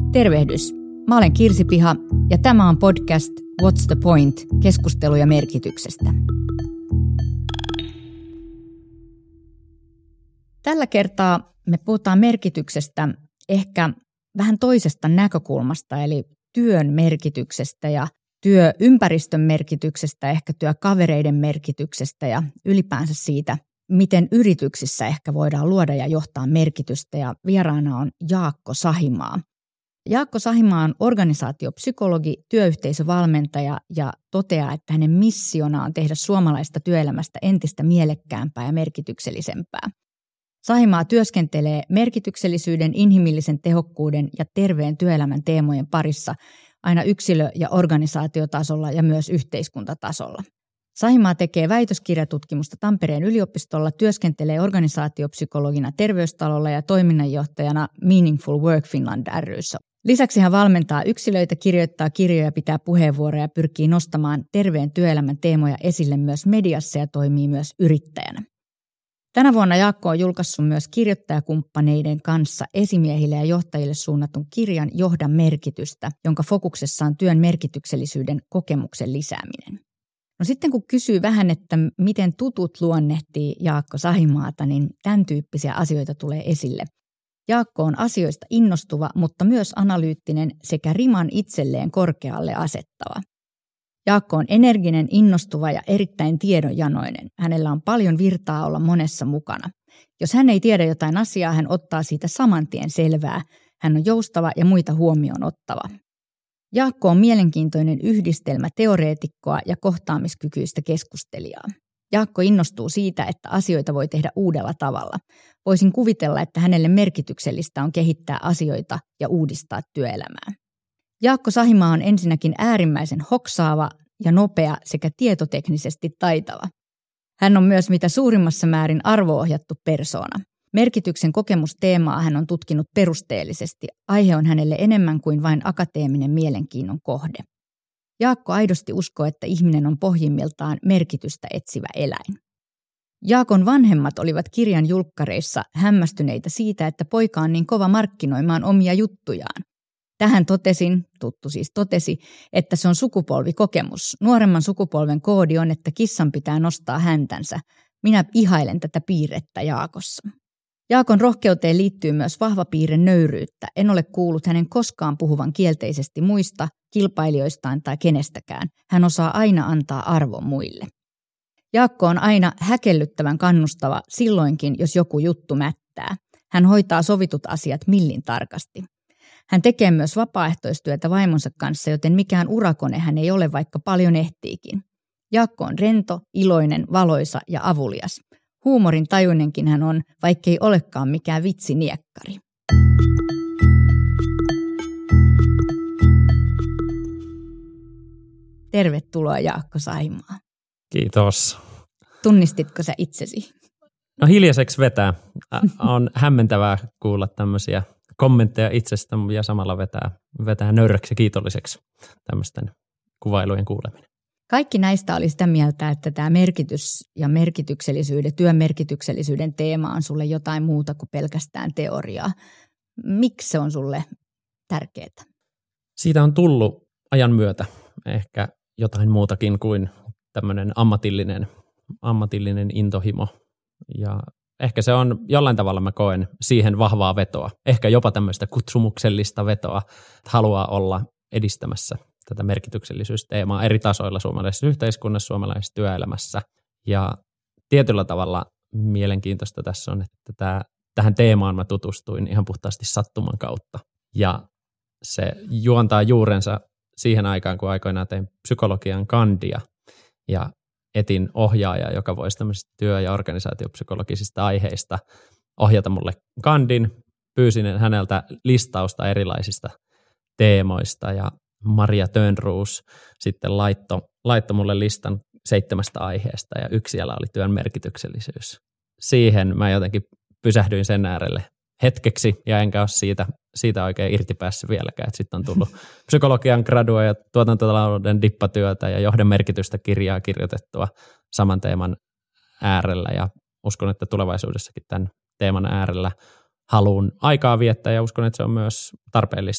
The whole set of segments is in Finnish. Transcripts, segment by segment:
Tervehdys. Mä olen Kirsi Piha ja tämä on podcast What's the Point? Keskusteluja merkityksestä. Tällä kertaa me puhutaan merkityksestä ehkä vähän toisesta näkökulmasta, eli työn merkityksestä ja työympäristön merkityksestä, ehkä työkavereiden merkityksestä ja ylipäänsä siitä, miten yrityksissä ehkä voidaan luoda ja johtaa merkitystä. Ja vieraana on Jaakko Sahimaa. Jaakko Sahimaa on organisaatiopsykologi, työyhteisövalmentaja ja toteaa, että hänen missiona on tehdä suomalaista työelämästä entistä mielekkäämpää ja merkityksellisempää. Sahimaa työskentelee merkityksellisyyden, inhimillisen tehokkuuden ja terveen työelämän teemojen parissa aina yksilö- ja organisaatiotasolla ja myös yhteiskuntatasolla. Sahimaa tekee väitöskirjatutkimusta Tampereen yliopistolla, työskentelee organisaatiopsykologina Terveystalolla ja toiminnanjohtajana Meaningful Work Finland ry:ssä. Lisäksi hän valmentaa yksilöitä, kirjoittaa kirjoja, pitää puheenvuoroja ja pyrkii nostamaan terveen työelämän teemoja esille myös mediassa ja toimii myös yrittäjänä. Tänä vuonna Jaakko on julkaissut myös kirjoittajakumppaneiden kanssa esimiehille ja johtajille suunnatun kirjan Johda merkitystä, jonka fokuksessa on työn merkityksellisyyden kokemuksen lisääminen. No sitten kun kysyy vähän, että miten tutut luonnehtii Jaakko Sahimaata, niin tämän tyyppisiä asioita tulee esille. Jaakko on asioista innostuva, mutta myös analyyttinen sekä riman itselleen korkealle asettava. Jaakko on energinen, innostuva ja erittäin tiedonjanoinen. Hänellä on paljon virtaa olla monessa mukana. Jos hän ei tiedä jotain asiaa, hän ottaa siitä saman tien selvää. Hän on joustava ja muita huomioon ottava. Jaakko on mielenkiintoinen yhdistelmä teoreetikkoa ja kohtaamiskykyistä keskustelijaa. Jaakko innostuu siitä, että asioita voi tehdä uudella tavalla. Voisin kuvitella, että hänelle merkityksellistä on kehittää asioita ja uudistaa työelämää. Jaakko Sahimaa on ensinnäkin äärimmäisen hoksaava ja nopea sekä tietoteknisesti taitava. Hän on myös mitä suurimmassa määrin arvoohjattu persoona. Merkityksen kokemusteemaa hän on tutkinut perusteellisesti. Aihe on hänelle enemmän kuin vain akateeminen mielenkiinnon kohde. Jaakko aidosti uskoo, että ihminen on pohjimmiltaan merkitystä etsivä eläin. Jaakon vanhemmat olivat kirjan julkkareissa hämmästyneitä siitä, että poika on niin kova markkinoimaan omia juttujaan. Tähän tuttu siis totesi, että se on sukupolvikokemus. Nuoremman sukupolven koodi on, että kissan pitää nostaa häntänsä. Minä ihailen tätä piirrettä Jaakossa. Jaakon rohkeuteen liittyy myös vahva piirre nöyryyttä. En ole kuullut hänen koskaan puhuvan kielteisesti muista, kilpailijoistaan tai kenestäkään. Hän osaa aina antaa arvon muille. Jaakko on aina häkellyttävän kannustava silloinkin, jos joku juttu mättää. Hän hoitaa sovitut asiat millin tarkasti. Hän tekee myös vapaaehtoistyötä vaimonsa kanssa, joten mikään urakone hän ei ole, vaikka paljon ehtiikin. Jaakko on rento, iloinen, valoisa ja avulias. Huumorin tajuinenkin hän on, vaikkei olekaan mikään vitsiniekkari. Tervetuloa Jaakko Sahimaa. Kiitos. Tunnistitko sä itsesi? No hiljaiseksi vetää. On hämmentävää kuulla tämmöisiä kommentteja itsestä ja samalla vetää nöyräksi ja kiitolliseksi tämmöisten kuvailujen kuuleminen. Kaikki näistä oli sitä mieltä, että tämä merkitys ja merkityksellisyyden, työn merkityksellisyyden teema on sulle jotain muuta kuin pelkästään teoriaa. Miksi se on sulle tärkeää? Siitä on tullut ajan myötä ehkä jotain muutakin kuin tämmöinen ammatillinen intohimo. Ja ehkä se on jollain tavalla mä koen siihen vahvaa vetoa. Ehkä jopa tämmöistä kutsumuksellista vetoa, että haluaa olla edistämässä tätä merkityksellisyysteemaa eri tasoilla suomalaisessa yhteiskunnassa, suomalaisessa työelämässä. Ja tietyllä tavalla mielenkiintoista tässä on, että tähän teemaan mä tutustuin ihan puhtaasti sattuman kautta. Ja se juontaa juurensa siihen aikaan, kun aikoinaan tein psykologian kandia ja etin ohjaajaa, joka voisi tämmöisistä työ- ja organisaatiopsykologisista aiheista ohjata mulle kandin. Pyysin häneltä listausta erilaisista teemoista ja Maria Tönroos sitten laittoi mulle listan 7 aiheesta ja yksi siellä oli työn merkityksellisyys. Siihen mä jotenkin pysähdyin sen äärelle hetkeksi ja enkä ole siitä oikein irti päässyt vieläkään. Sitten on tullut psykologian gradua ja tuotantotalouden dippatyötä ja johdon merkitystä kirjaa kirjoitettua saman teeman äärellä ja uskon, että tulevaisuudessakin tämän teeman äärellä haluan aikaa viettää ja uskon, että se on myös tarpeellista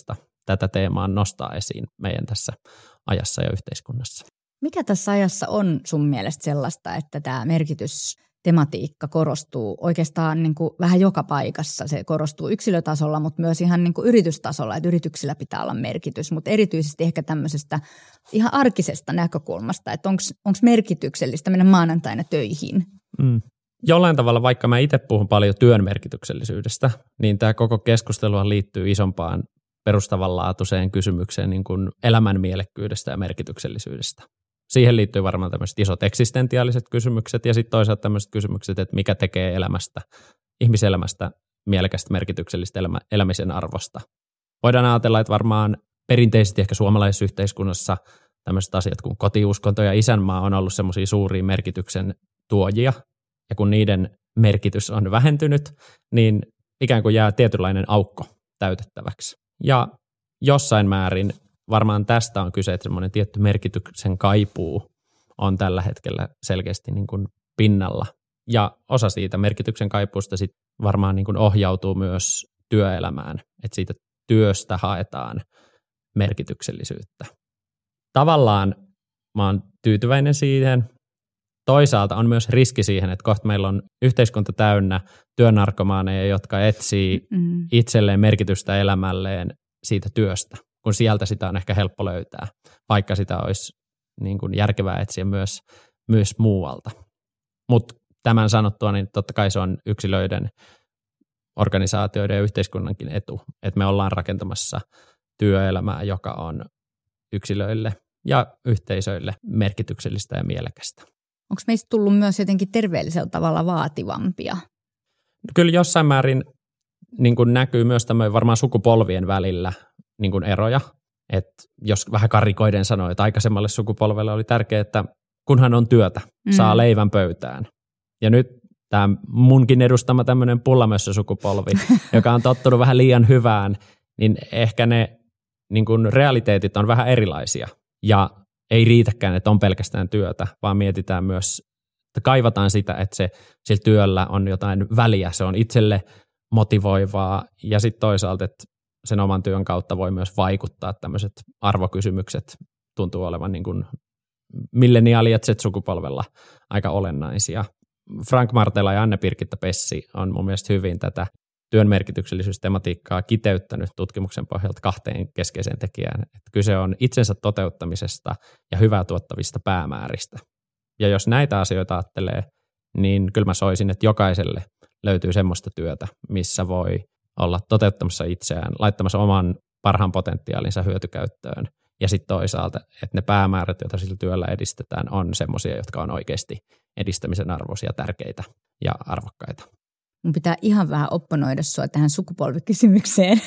tätä teemaa nostaa esiin meidän tässä ajassa ja yhteiskunnassa. Mikä tässä ajassa on sun mielestä sellaista, että tämä merkitystematiikka korostuu oikeastaan niin kuin vähän joka paikassa? Se korostuu yksilötasolla, mutta myös ihan niin kuin yritystasolla, että yrityksillä pitää olla merkitys, mutta erityisesti ehkä tämmöisestä ihan arkisesta näkökulmasta, että onko merkityksellistä mennä maanantaina töihin? Jollain tavalla, vaikka mä itse puhun paljon työn merkityksellisyydestä, niin tämä koko keskusteluhan liittyy isompaan perustavanlaatuiseen kysymykseen niin kuin elämän mielekkyydestä ja merkityksellisyydestä. Siihen liittyy varmaan tämmöiset isot eksistentiaaliset kysymykset ja sitten toisaalta tämmöiset kysymykset, että mikä tekee ihmiselämästä mielekästä merkityksellistä elämisen arvosta. Voidaan ajatella, että varmaan perinteisesti ehkä suomalaisessa yhteiskunnassa tämmöiset asiat kuin kotiuskonto ja isänmaa on ollut semmoisia suuria merkityksen tuojia. Ja kun niiden merkitys on vähentynyt, niin ikään kuin jää tietynlainen aukko täytettäväksi. Ja jossain määrin varmaan tästä on kyse, että semmoinen tietty merkityksen kaipuu on tällä hetkellä selkeästi niin kuin pinnalla. Ja osa siitä merkityksen kaipuusta sit varmaan niin kuin ohjautuu myös työelämään, että siitä työstä haetaan merkityksellisyyttä. Tavallaan mä oon tyytyväinen siihen. Toisaalta on myös riski siihen, että kohta meillä on yhteiskunta täynnä työnarkomaaneja, jotka etsii itselleen merkitystä elämälleen siitä työstä, kun sieltä sitä on ehkä helppo löytää, vaikka sitä olisi niin kuin järkevää etsiä myös muualta. Mutta tämän sanottua, niin totta kai se on yksilöiden, organisaatioiden ja yhteiskunnankin etu, että me ollaan rakentamassa työelämää, joka on yksilöille ja yhteisöille merkityksellistä ja mielekästä. Onko meistä tullut myös jotenkin terveellisellä tavalla vaativampia? Kyllä jossain määrin niin kuin näkyy myös tämmöinen varmaan sukupolvien välillä niin kuin eroja. Että jos vähän karikoiden sanoo, että aikaisemmalle sukupolvelle oli tärkeää, että kunhan on työtä, saa leivän pöytään. Ja nyt tämä munkin edustama tämmöinen pullamössösukupolvi, joka on tottunut vähän liian hyvään, niin ehkä ne niin kuin realiteetit on vähän erilaisia. Ja ei riitäkään, että on pelkästään työtä, vaan mietitään myös, että kaivataan sitä, että sillä työllä on jotain väliä, se on itselle motivoivaa ja sitten toisaalta, että sen oman työn kautta voi myös vaikuttaa tämmöiset arvokysymykset, tuntuu olevan niin kuin milleniaali- ja Z-sukupolvella aika olennaisia. Frank Martela ja Anne Pirkitta-Pessi on mun mielestä hyvin tätä työn merkityksellisyystematiikkaa kiteyttänyt tutkimuksen pohjalta 2 keskeiseen tekijään. Että kyse on itsensä toteuttamisesta ja hyvää tuottavista päämääristä. Ja jos näitä asioita ajattelee, niin kyllä mä soisin, että jokaiselle löytyy semmoista työtä, missä voi olla toteuttamassa itseään, laittamassa oman parhaan potentiaalinsa hyötykäyttöön. Ja sitten toisaalta, että ne päämäärät, joita sillä työllä edistetään, on semmoisia, jotka on oikeasti edistämisen arvoisia, tärkeitä ja arvokkaita. Mun pitää ihan vähän opponoida sua tähän sukupolvikysymykseen,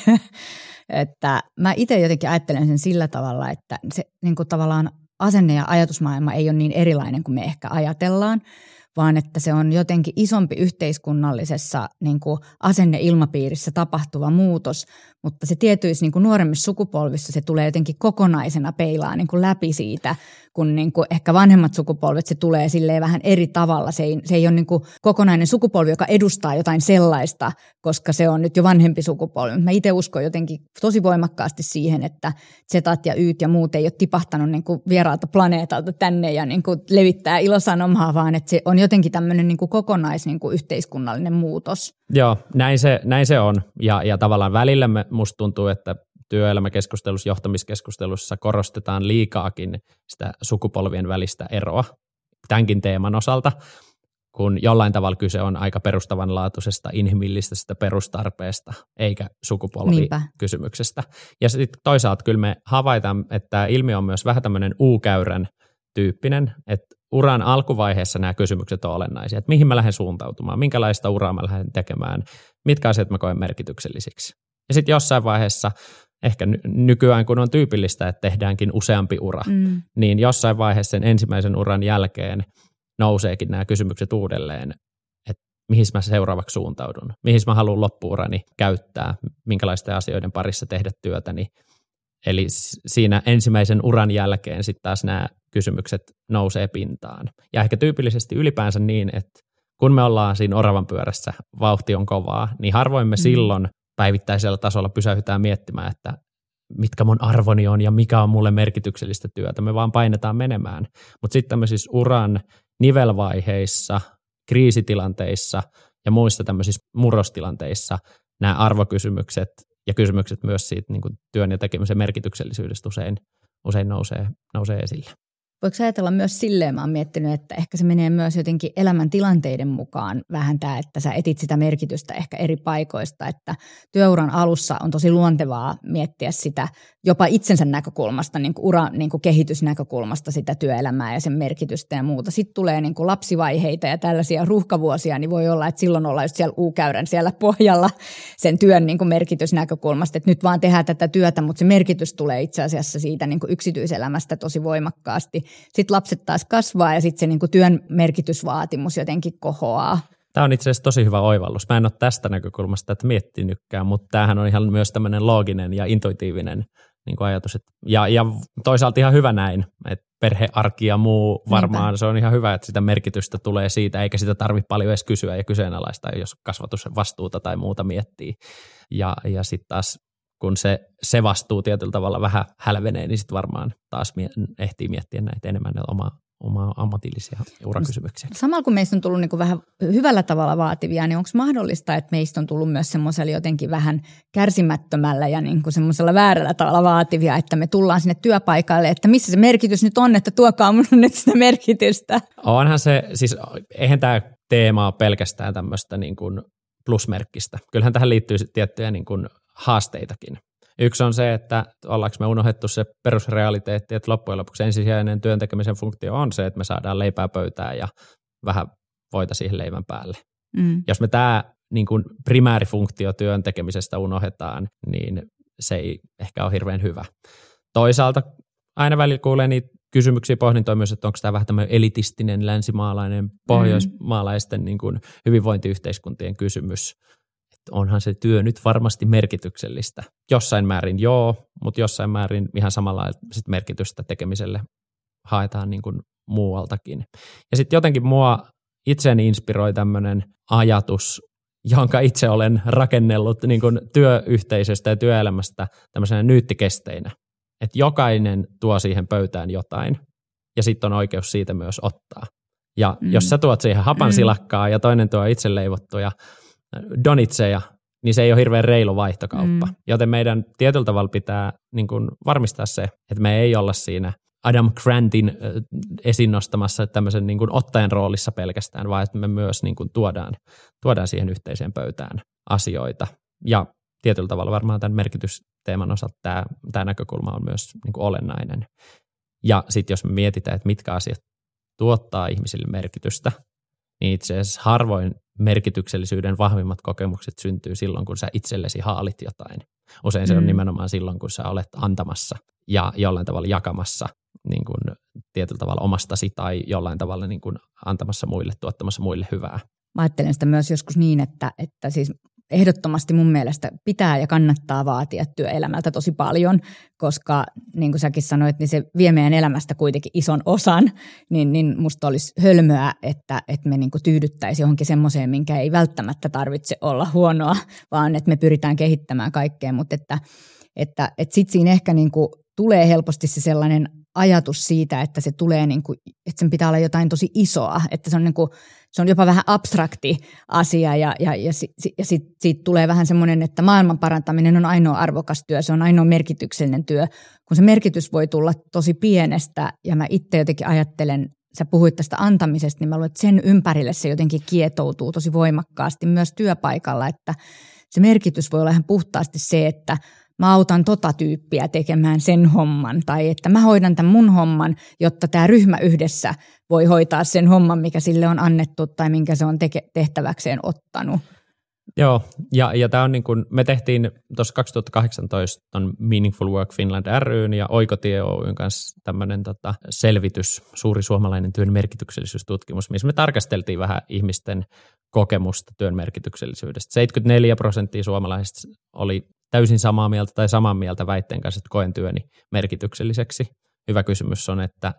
että mä itse jotenkin ajattelen sen sillä tavalla, että se niin kuin tavallaan asenne- ja ajatusmaailma ei ole niin erilainen kuin me ehkä ajatellaan, vaan että se on jotenkin isompi yhteiskunnallisessa niin kuin asenneilmapiirissä tapahtuva muutos, mutta se tietyissä niin kuin nuoremmissa sukupolvissa se tulee jotenkin kokonaisena peilaa niin kuin läpi siitä, kun niin kuin ehkä vanhemmat sukupolvet se tulee silleen vähän eri tavalla. Se ei ole niin kuin kokonainen sukupolvi, joka edustaa jotain sellaista, koska se on nyt jo vanhempi sukupolvi. Mä itse uskon jotenkin tosi voimakkaasti siihen, että Zetat ja Yt ja muut ei ole tipahtanut niin kuin vieraalta planeetalta tänne ja niin kuin levittää ilosanomaa, vaan että se on jotenkin tämmöinen niin kuin niin kuin yhteiskunnallinen muutos. Joo, näin se on. Ja tavallaan välillä musta tuntuu, että työelämäkeskustelussa, johtamiskeskustelussa korostetaan liikaakin sitä sukupolvien välistä eroa tämänkin teeman osalta, kun jollain tavalla kyse on aika perustavanlaatuisesta inhimillisestä perustarpeesta, eikä sukupolvikysymyksestä. Ja sitten toisaalta kyllä me havaitaan, että tämä ilmiö on myös vähän tämmöinen U-käyrän tyyppinen, että uran alkuvaiheessa nämä kysymykset on olennaisia, että mihin mä lähden suuntautumaan, minkälaista uraa mä lähden tekemään, mitkä asiat mä koen merkityksellisiksi. Ja sitten jossain vaiheessa, ehkä nykyään kun on tyypillistä, että tehdäänkin useampi ura, niin jossain vaiheessa sen ensimmäisen uran jälkeen nouseekin nämä kysymykset uudelleen, että mihin mä seuraavaksi suuntaudun, mihin mä haluan loppuurani käyttää, minkälaisten asioiden parissa tehdä työtäni. Eli siinä ensimmäisen uran jälkeen sitten taas nämä kysymykset nousee pintaan. Ja ehkä tyypillisesti ylipäänsä niin, että kun me ollaan siinä oravan pyörässä, vauhti on kovaa, niin harvoin me silloin päivittäisellä tasolla pysähytään miettimään, että mitkä mun arvoni on ja mikä on mulle merkityksellistä työtä. Me vaan painetaan menemään. Mutta sitten tämmöisissä uran nivelvaiheissa, kriisitilanteissa ja muissa tämmöisissä murrostilanteissa nämä arvokysymykset ja kysymykset myös siitä niin kuin työn ja tekemisen merkityksellisyydestä usein nousee esille. Voiko ajatella myös silleen, mä oon miettinyt, että ehkä se menee myös jotenkin elämäntilanteiden mukaan vähän tämä, että sä etit sitä merkitystä ehkä eri paikoista, että työuran alussa on tosi luontevaa miettiä sitä jopa itsensä näkökulmasta, niin kuin uran niin kuin kehitysnäkökulmasta sitä työelämää ja sen merkitystä ja muuta. Sitten tulee niin kuin lapsivaiheita ja tällaisia ruuhkavuosia, niin voi olla, että silloin ollaan just siellä U-käyrän siellä pohjalla sen työn niin kuin merkitysnäkökulmasta, että nyt vaan tehdään tätä työtä, mutta se merkitys tulee itse asiassa siitä niin kuin yksityiselämästä tosi voimakkaasti. Sitten lapset taas kasvaa ja sitten se niin kuin työn merkitysvaatimus jotenkin kohoaa. Tämä on itse asiassa tosi hyvä oivallus. Mä en ole tästä näkökulmasta tätä miettinytkään, mutta tämähän on ihan myös tämmöinen looginen ja intuitiivinen niin kuin ajatus. Ja toisaalta ihan hyvä näin, että perhearki ja muu varmaan se on ihan hyvä, että sitä merkitystä tulee siitä, eikä sitä tarvitse paljon edes kysyä ja kyseenalaistaa, jos kasvatusvastuuta tai muuta miettii. Ja sitten taas kun se vastuu tietyllä tavalla vähän hälvenee, niin sitten varmaan taas ehtii miettiä näitä enemmän omaa ammatillisia urakysymyksiä. Samalla kun meistä on tullut niin kuin vähän hyvällä tavalla vaativia, niin onko mahdollista, että meistä on tullut myös semmoisella jotenkin vähän kärsimättömällä ja niin kuin semmoisella väärällä tavalla vaativia, että me tullaan sinne työpaikalle, että missä se merkitys nyt on, että tuokaa mun nyt sitä merkitystä. Onhan se, siis eihän tämä teema ole pelkästään tämmöistä niin kuin plusmerkkistä. Kyllähän tähän liittyy tiettyjä niin kuin haasteitakin. Yksi on se, että ollaanko me unohdettu se perusrealiteetti, että loppujen lopuksi ensisijainen työn tekemisen funktio on se, että me saadaan leipää pöytään ja vähän voita siihen leivän päälle. Jos me tämä niin kuin primäärifunktio työn tekemisestä unohdetaan, niin se ei ehkä ole hirveän hyvä. Toisaalta aina välillä kuulee niitä kysymyksiä, pohdintoja myös, että onko tämä vähän tämmöinen elitistinen, länsimaalainen, pohjoismaalaisten niin kuin hyvinvointiyhteiskuntien kysymys. Onhan se työ nyt varmasti merkityksellistä. Jossain määrin joo, mutta jossain määrin ihan samalla sit merkitystä tekemiselle haetaan niin kuin muualtakin. Ja sitten jotenkin mua itseäni inspiroi tämmöinen ajatus, jonka itse olen rakennellut niin kuin työyhteisöstä ja työelämästä tämmöisenä nyyttikesteinä. Että jokainen tuo siihen pöytään jotain ja sitten on oikeus siitä myös ottaa. Ja jos sä tuot siihen hapansilakkaa ja toinen tuo itse leivottuja donitseja, niin se ei ole hirveän reilu vaihtokauppa. Joten meidän tietyllä tavalla pitää niin kuin varmistaa se, että me ei olla siinä Adam Grantin esiin nostamassa tämmöisen niin kuin ottajan roolissa pelkästään, vaan että me myös niin kuin tuodaan siihen yhteiseen pöytään asioita. Ja tietyllä tavalla varmaan tämän merkitysteeman osalta tämä näkökulma on myös niin kuin olennainen. Ja sitten jos me mietitään, että mitkä asiat tuottaa ihmisille merkitystä, niin itse asiassa harvoin merkityksellisyyden vahvimmat kokemukset syntyy silloin, kun sä itsellesi haalit jotain. Usein se on nimenomaan silloin, kun sä olet antamassa ja jollain tavalla jakamassa niin kuin tietyllä tavalla omastasi tai jollain tavalla niin kuin antamassa muille, tuottamassa muille hyvää. Mä ajattelen sitä myös joskus niin, että siis ehdottomasti mun mielestä pitää ja kannattaa vaatia työelämältä tosi paljon, koska niin kuin säkin sanoit, niin se vie meidän elämästä kuitenkin ison osan, niin musta olisi hölmöä, että me niin kuin tyydyttäisi johonkin semmoiseen, minkä ei välttämättä tarvitse olla huonoa, vaan että me pyritään kehittämään kaikkea, mutta että sitten siinä ehkä niin kuin tulee helposti se sellainen ajatus siitä, että se tulee niin kuin, että sen pitää olla jotain tosi isoa, että se on niin kuin, se on jopa vähän abstrakti asia ja siitä tulee vähän semmoinen, että maailman parantaminen on ainoa arvokas työ, se on ainoa merkityksellinen työ, kun se merkitys voi tulla tosi pienestä ja mä itse jotenkin ajattelen, sä puhuit tästä antamisesta, niin mä luulen, että sen ympärille se jotenkin kietoutuu tosi voimakkaasti myös työpaikalla, että se merkitys voi olla ihan puhtaasti se, että mä autan tota tyyppiä tekemään sen homman tai että mä hoidan tämän mun homman, jotta tämä ryhmä yhdessä voi hoitaa sen homman, mikä sille on annettu tai minkä se on tehtäväkseen ottanut. Joo, ja tämä on niin kuin, me tehtiin tuossa 2018 ton Meaningful Work Finland ry:n ja Oikotie Oyn kanssa tämmöinen selvitys, suuri suomalainen työn merkityksellisyystutkimus, missä me tarkasteltiin vähän ihmisten kokemusta työn merkityksellisyydestä. 74% suomalaisista oli täysin samaa mieltä tai samaa mieltä väitteen kanssa, että koen työni merkitykselliseksi. Hyvä kysymys on, että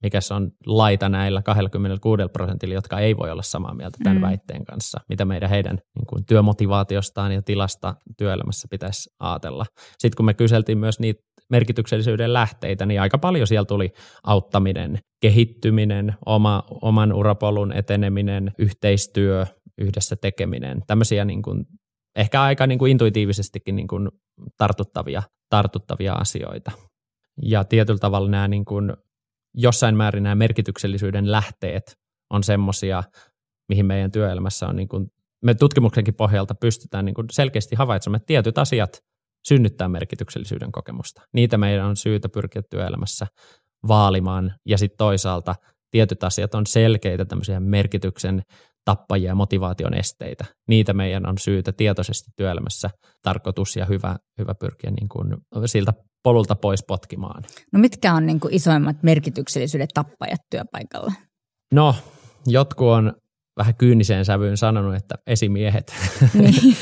mikä se on laita näillä 26%, jotka ei voi olla samaa mieltä tämän väitteen kanssa, mitä heidän niin kuin työmotivaatiostaan ja tilasta työelämässä pitäisi ajatella. Sitten kun me kyseltiin myös niitä merkityksellisyyden lähteitä, niin aika paljon siellä tuli auttaminen, kehittyminen, oman urapolun eteneminen, yhteistyö, yhdessä tekeminen, tämmöisiä niin kuin, ehkä aika niin kuin intuitiivisestikin niin kuin tartuttavia asioita. Ja tietyllä tavalla nämä niin kuin, jossain määrin nämä merkityksellisyyden lähteet on semmoisia, mihin meidän työelämässä on, niin kuin, me tutkimuksenkin pohjalta pystytään niin kuin selkeästi havaitsemaan, että tietyt asiat synnyttää merkityksellisyyden kokemusta. Niitä meidän on syytä pyrkiä työelämässä vaalimaan, ja sitten toisaalta tietyt asiat on selkeitä tämmöisiä merkityksen tappajia ja motivaation esteitä. Niitä meidän on syytä tietoisesti työelämässä tarkoitus ja hyvä pyrkiä niin kuin siltä polulta pois potkimaan. No mitkä on niin kuin isoimmat merkityksellisyyden tappajat työpaikalla? No, jotkut on vähän kyyniseen sävyyn sanonut, että esimiehet. Niin.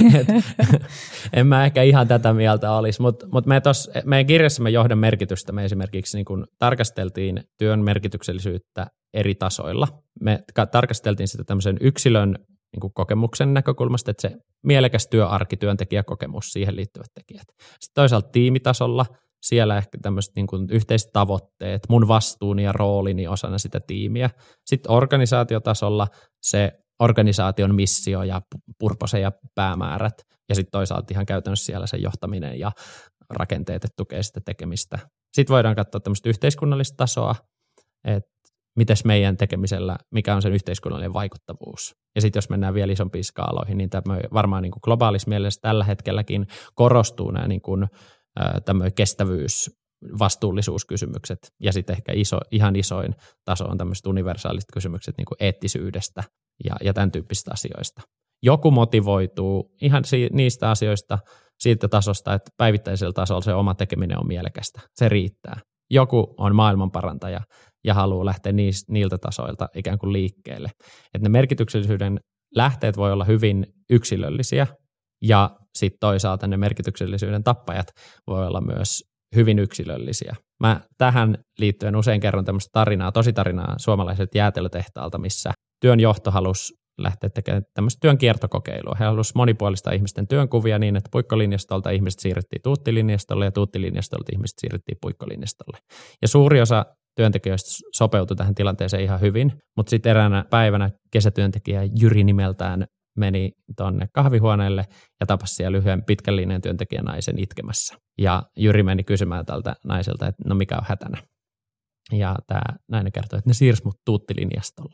En mä ehkä ihan tätä mieltä olisi, mutta meidän kirjassamme Johdan merkitystä me esimerkiksi niin kun tarkasteltiin työn merkityksellisyyttä eri tasoilla. Me tarkasteltiin sitä tämmöisen yksilön niin kuin kokemuksen näkökulmasta, että se mielekäs työarki, työntekijäkokemus, siihen liittyvät tekijät. Sitten toisaalta tiimitasolla siellä ehkä tämmöiset niin kuin yhteiset tavoitteet, mun vastuuni ja roolini osana sitä tiimiä. Sitten organisaatiotasolla se organisaation missio ja purpose ja päämäärät. Ja sitten toisaalta ihan käytännössä siellä se johtaminen ja rakenteet, että tukee sitä tekemistä. Sitten voidaan katsoa tämmöistä yhteiskunnallista tasoa, että mites meidän tekemisellä, mikä on sen yhteiskunnallinen vaikuttavuus. Ja sitten jos mennään vielä isompiin skaaloihin, niin tämä varmaan niin kuin globaalissa mielessä tällä hetkelläkin korostuu nämä niin kuin tämmöinen kestävyys, vastuullisuuskysymykset ja sitten ehkä ihan isoin taso on tämmöiset universaalit kysymykset niin kuin eettisyydestä ja tämän tyyppisistä asioista. Joku motivoituu ihan niistä asioista siitä tasosta, että päivittäisellä tasolla se oma tekeminen on mielekästä. Se riittää. Joku on maailmanparantaja ja haluaa lähteä niiltä tasoilta ikään kuin liikkeelle. Että ne merkityksellisyyden lähteet voi olla hyvin yksilöllisiä ja sitten toisaalta ne merkityksellisyyden tappajat voi olla myös hyvin yksilöllisiä. Mä tähän liittyen usein kerron tämmöistä tositarinaa suomalaiselta jäätelötehtaalta, missä työnjohto halusi lähteä tekemään tämmöistä työn kiertokokeilua. He halusivat monipuolistaa ihmisten työnkuvia niin, että puikkolinjastolta ihmiset siirrettiin tuuttilinjastolle ja tuuttilinjastolta ihmiset siirrettiin puikkolinjastolle. Ja suuri osa työntekijöistä sopeutui tähän tilanteeseen ihan hyvin, mutta sitten eräänä päivänä kesätyöntekijä Jyri nimeltään meni tuonne kahvihuoneelle ja tapasi siellä lyhyen pitkän linjan työntekijän naisen itkemässä. Ja Jyri meni kysymään tältä naiselta, että no mikä on hätänä. Ja tämä nainen kertoi, että ne siirsi mut tuuttilinjastolle.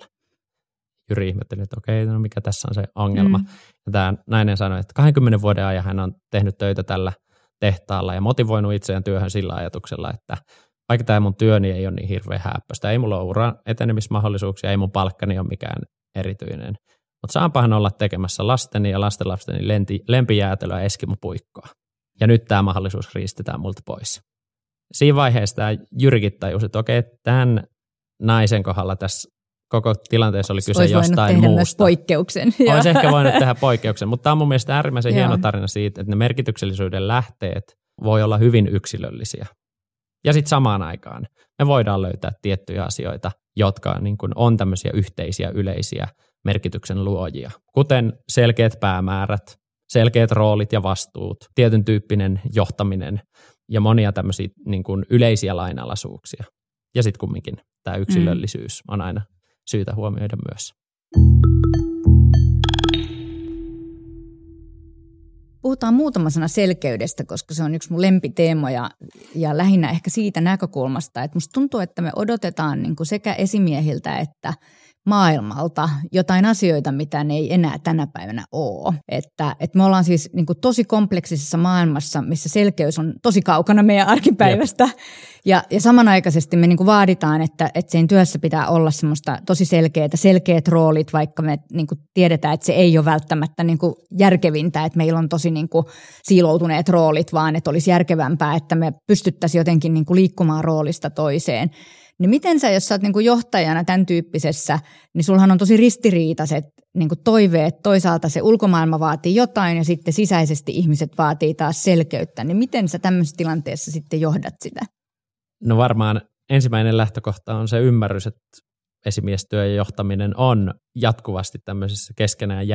Jyri ihmetteli, että okei, no mikä tässä on se ongelma. Ja tämä nainen sanoi, että 20 vuoden ajan hän on tehnyt töitä tällä tehtaalla ja motivoinut itseään työhön sillä ajatuksella, että vaikka tämä mun työni ei ole niin hirveän hääppöistä, ei mulla ole uran etenemismahdollisuuksia, ei mun palkkani ole mikään erityinen. Mutta saanpahan olla tekemässä lasteni ja lastenlasteni lempijäätelöä Eskimo-puikkoa. Ja nyt tämä mahdollisuus riistetään multa pois. Siinä vaiheessa tämä Jyrikin tajusi, että okei, tämän naisen kohdalla tässä koko tilanteessa oli kyse jostain muusta. Myös poikkeuksen. Olisi ehkä voinut tehdä poikkeuksen, mutta tämä on mun mielestä äärimmäisen hieno tarina siitä, että ne merkityksellisyyden lähteet voi olla hyvin yksilöllisiä. Ja sitten samaan aikaan me voidaan löytää tiettyjä asioita, jotka niin kuin on tämmöisiä yhteisiä, yleisiä merkityksen luojia, kuten selkeät päämäärät, selkeät roolit ja vastuut, tietyn tyyppinen johtaminen ja monia tämmöisiä niin kuin yleisiä lainalaisuuksia. Ja sitten kumminkin tämä yksilöllisyys on aina syytä huomioida myös. Puhutaan muutama sana selkeydestä, koska se on yksi mun lempiteemoja ja lähinnä ehkä siitä näkökulmasta, että musta tuntuu, että me odotetaan niin kuin sekä esimiehiltä että maailmalta jotain asioita, mitä ne ei enää tänä päivänä ole. Että me ollaan siis niin kuin tosi kompleksisessa maailmassa, missä selkeys on tosi kaukana meidän arkipäivästä. Ja samanaikaisesti me niin kuin vaaditaan, että sen työssä pitää olla semmoista tosi selkeät roolit, vaikka me niin kuin tiedetään, että se ei ole välttämättä niin kuin järkevintä, että meillä on tosi niin kuin siiloutuneet roolit, vaan että olisi järkevämpää, että me pystyttäisiin jotenkin niin kuin liikkumaan roolista toiseen. Niin miten sä, jos sä oot niin kuin johtajana tämän tyyppisessä, niin sulhan on tosi ristiriitaiset niin kuin toiveet. Toisaalta se ulkomaailma vaatii jotain ja sitten sisäisesti ihmiset vaatii taas selkeyttä. Niin miten sä tämmöisessä tilanteessa sitten johdat sitä? No varmaan ensimmäinen lähtökohta on se ymmärrys, että esimiestyö ja johtaminen on jatkuvasti tämmöisessä keskenään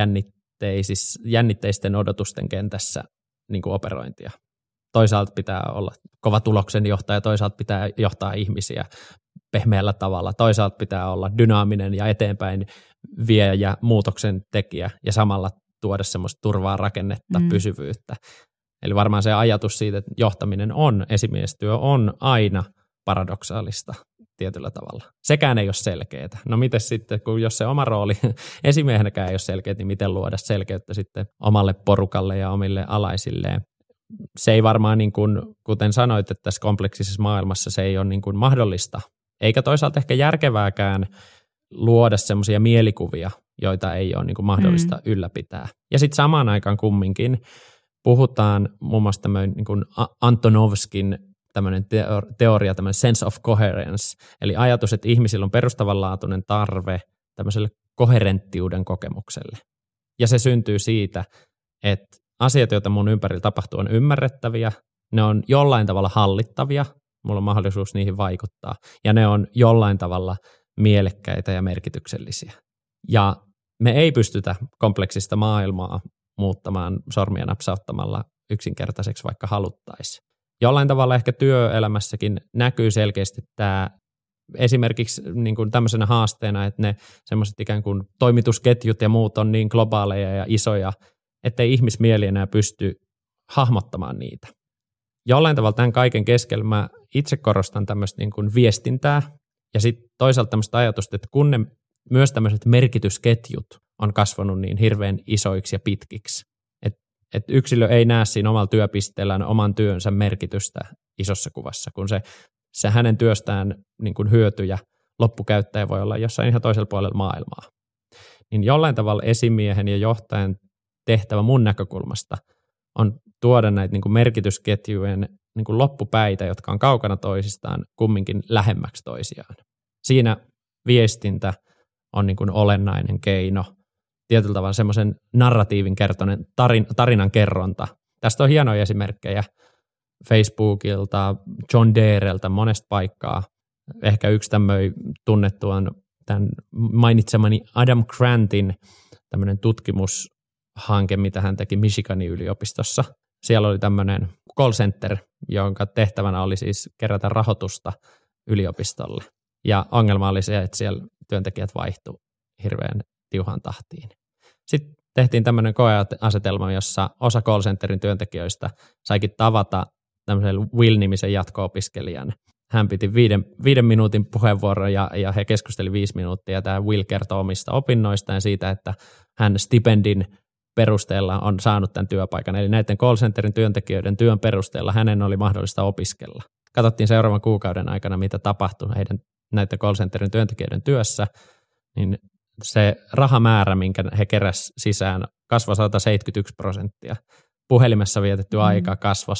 jännitteisten odotusten kentässä niin kuin operointia. Toisaalta pitää olla kova tuloksen johtaja, toisaalta pitää johtaa ihmisiä pehmeällä tavalla, toisaalta pitää olla dynaaminen ja eteenpäin vie ja muutoksen tekijä ja samalla tuoda semmoista turvaa, rakennetta, pysyvyyttä. Eli varmaan se ajatus siitä, että esimiestyö on aina paradoksaalista tietyllä tavalla. Sekään ei ole selkeää. No miten sitten, kun jos se oma rooli esimiehenäkään ei ole selkeä, niin miten luoda selkeyttä sitten omalle porukalle ja omille alaisilleen? Se ei varmaan, niin kuin, kuten sanoit, että tässä kompleksisessa maailmassa se ei ole niin kuin mahdollista, eikä toisaalta ehkä järkevääkään luoda semmoisia mielikuvia, joita ei ole niin kuin mahdollista ylläpitää. Ja sitten samaan aikaan kumminkin puhutaan muun muassa tämmöinen niin kuin Antonovskin tämmöinen teoria, tämmöinen sense of coherence, eli ajatus, että ihmisillä on perustavanlaatuinen tarve tämmöiselle koherenttiuden kokemukselle. Ja se syntyy siitä, että asiat, joita mun ympärillä tapahtuu, on ymmärrettäviä, ne on jollain tavalla hallittavia, mulla on mahdollisuus niihin vaikuttaa, ja ne on jollain tavalla mielekkäitä ja merkityksellisiä. Ja me ei pystytä kompleksista maailmaa muuttamaan sormia napsauttamalla yksinkertaiseksi, vaikka haluttaisiin. Jollain tavalla ehkä työelämässäkin näkyy selkeästi tämä esimerkiksi niin kuin tämmöisenä haasteena, että ne semmoiset ikään kuin toimitusketjut ja muut on niin globaaleja ja isoja, ettei ihmismieli enää pysty hahmottamaan niitä. Jollain tavalla tämän kaiken keskellä mä itse korostan tämmöistä niin kuin viestintää ja sitten toisaalta tämmöistä ajatusta, että kun ne myös tämmöiset merkitysketjut on kasvanut niin hirveän isoiksi ja pitkiksi, että yksilö ei näe siinä omalla työpisteellään oman työnsä merkitystä isossa kuvassa, kun se hänen työstään niin kuin hyötyjä loppukäyttäjä voi olla jossain ihan toisella puolella maailmaa. Niin jollain tavalla esimiehen ja johtajan tehtävä mun näkökulmasta on tuoda näitä niin kuin merkitysketjujen niin kuin loppupäitä, jotka on kaukana toisistaan, kumminkin lähemmäksi toisiaan. Siinä viestintä on niin kuin olennainen keino, tietyllä tavalla semmoisen narratiivin kertoinen tarinan kerronta. Tästä on hienoja esimerkkejä Facebookilta, John Deereltä, monesta paikkaa. Ehkä yksi tämmöinen tunnettu on tämän mainitsemani Adam Grantin tämmöinen tutkimushanke, mitä hän teki Michiganin yliopistossa. Siellä oli tämmöinen call center, jonka tehtävänä oli siis kerätä rahoitusta yliopistolle. Ja ongelma oli se, että siellä työntekijät vaihtui hirveän tiuhaan tahtiin. Sitten tehtiin tämmöinen koeasetelma, jossa osa call centerin työntekijöistä saikin tavata tämmöisen Will-nimisen jatko-opiskelijan. Hän piti 5 minuutin puheenvuoron ja he keskusteli 5 minuuttia. Tämä Will kertoi omista opinnoistaan ja siitä, että hän stipendin perusteella on saanut tämän työpaikan. Eli näiden call centerin työntekijöiden työn perusteella hänen oli mahdollista opiskella. Katsottiin seuraavan kuukauden aikana, mitä tapahtui näiden call centerin työntekijöiden työssä, niin se rahamäärä, minkä he keräsivät sisään, kasvoi 171%. Puhelimessa vietetty aika kasvoi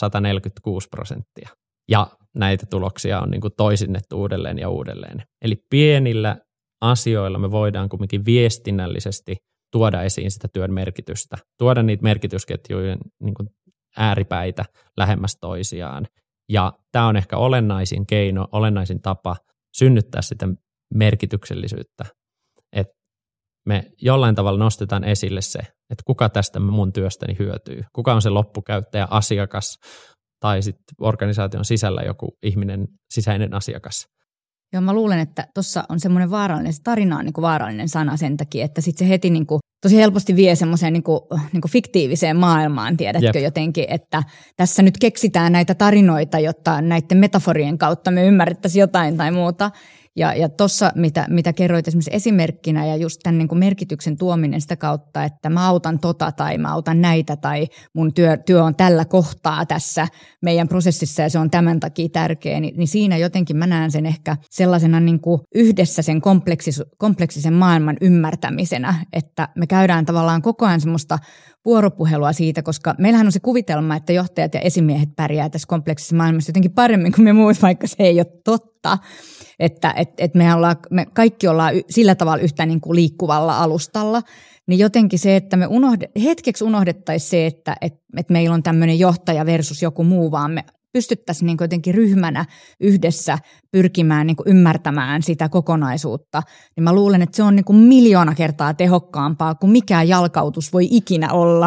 146%. Ja näitä tuloksia on niin kuin toisinnettu uudelleen ja uudelleen. Eli pienillä asioilla me voidaan kuitenkin viestinnällisesti tuoda esiin sitä työn merkitystä, tuoda niitä merkitysketjujen niin kuin ääripäitä lähemmäs toisiaan. Ja tämä on ehkä olennaisin keino, olennaisin tapa synnyttää sitä merkityksellisyyttä. Että me jollain tavalla nostetaan esille se, että kuka tästä mun työstäni hyötyy, kuka on se loppukäyttäjä, asiakas tai sitten organisaation sisällä joku ihminen, sisäinen asiakas. Joo, mä luulen, että tuossa on semmoinen vaarallinen, se tarina on niin kuin vaarallinen sana sen takia, että sitten se heti niin kuin tosi helposti vie semmoiseen niin kuin fiktiiviseen maailmaan, tiedätkö jotenkin, että tässä nyt keksitään näitä tarinoita, jotta näiden metaforien kautta me ymmärrettäisiin jotain tai muuta. Ja tuossa, mitä kerroit esimerkiksi esimerkkinä ja just tämän niin kuin merkityksen tuominen sitä kautta, että mä autan tai mä autan näitä tai mun työ on tällä kohtaa tässä meidän prosessissa ja se on tämän takia tärkeä, niin siinä jotenkin mä näen sen ehkä sellaisena niin kuin yhdessä sen kompleksisen maailman ymmärtämisenä, että me käydään tavallaan koko ajan semmoista vuoropuhelua siitä, koska meillähän on se kuvitelma, että johtajat ja esimiehet pärjää tässä kompleksisessa maailmassa jotenkin paremmin kuin me muut, vaikka se ei ole totta. Että me kaikki ollaan sillä tavalla yhtä niin kuin liikkuvalla alustalla, niin jotenkin se, että me hetkeksi unohdettaisiin se, että meillä on tämmöinen johtaja versus joku muu, vaan me pystyttäisiin niin kuin jotenkin ryhmänä yhdessä pyrkimään niin kuin ymmärtämään sitä kokonaisuutta, niin mä luulen, että se on niin kuin 1,000,000 kertaa tehokkaampaa kuin mikään jalkautus voi ikinä olla.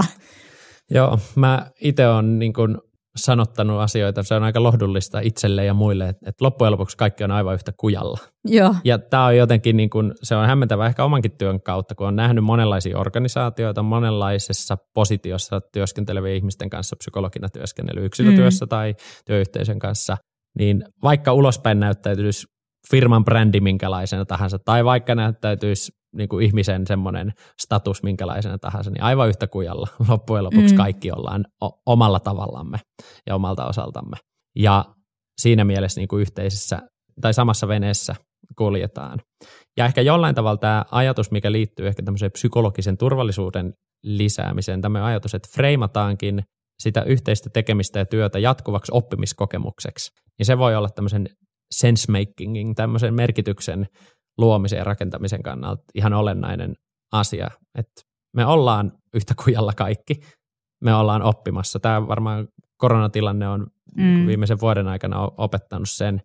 Joo, mä itse olen niin kuin sanottanut asioita, se on aika lohdullista itselle ja muille, että loppujen lopuksi kaikki on aivan yhtä kujalla. Joo. Ja tämä on jotenkin, niin kuin, se on hämmentävä ehkä omankin työn kautta, kun on nähnyt monenlaisia organisaatioita, monenlaisessa positiossa työskentelevien ihmisten kanssa, psykologina työskennely yksilötyössä tai työyhteisön kanssa, niin vaikka ulospäin näyttäytyisi firman brändi minkälaisena tahansa, tai vaikka näyttäytyisi niin kuin ihmisen semmoinen status minkälaisena tahansa, niin aivan yhtä kujalla loppujen lopuksi kaikki ollaan omalla tavallamme ja omalta osaltamme. Ja siinä mielessä niin kuin yhteisessä tai samassa veneessä kuljetaan. Ja ehkä jollain tavalla tämä ajatus, mikä liittyy ehkä tämmöiseen psykologisen turvallisuuden lisäämiseen, tämä ajatus, että freimataankin sitä yhteistä tekemistä ja työtä jatkuvaksi oppimiskokemukseksi, niin se voi olla tämmöisen sense-makingin, tämmöisen merkityksen luomisen ja rakentamisen kannalta ihan olennainen asia, että me ollaan yhtä kujalla kaikki, me ollaan oppimassa. Tämä varmaan koronatilanne on viimeisen vuoden aikana opettanut sen,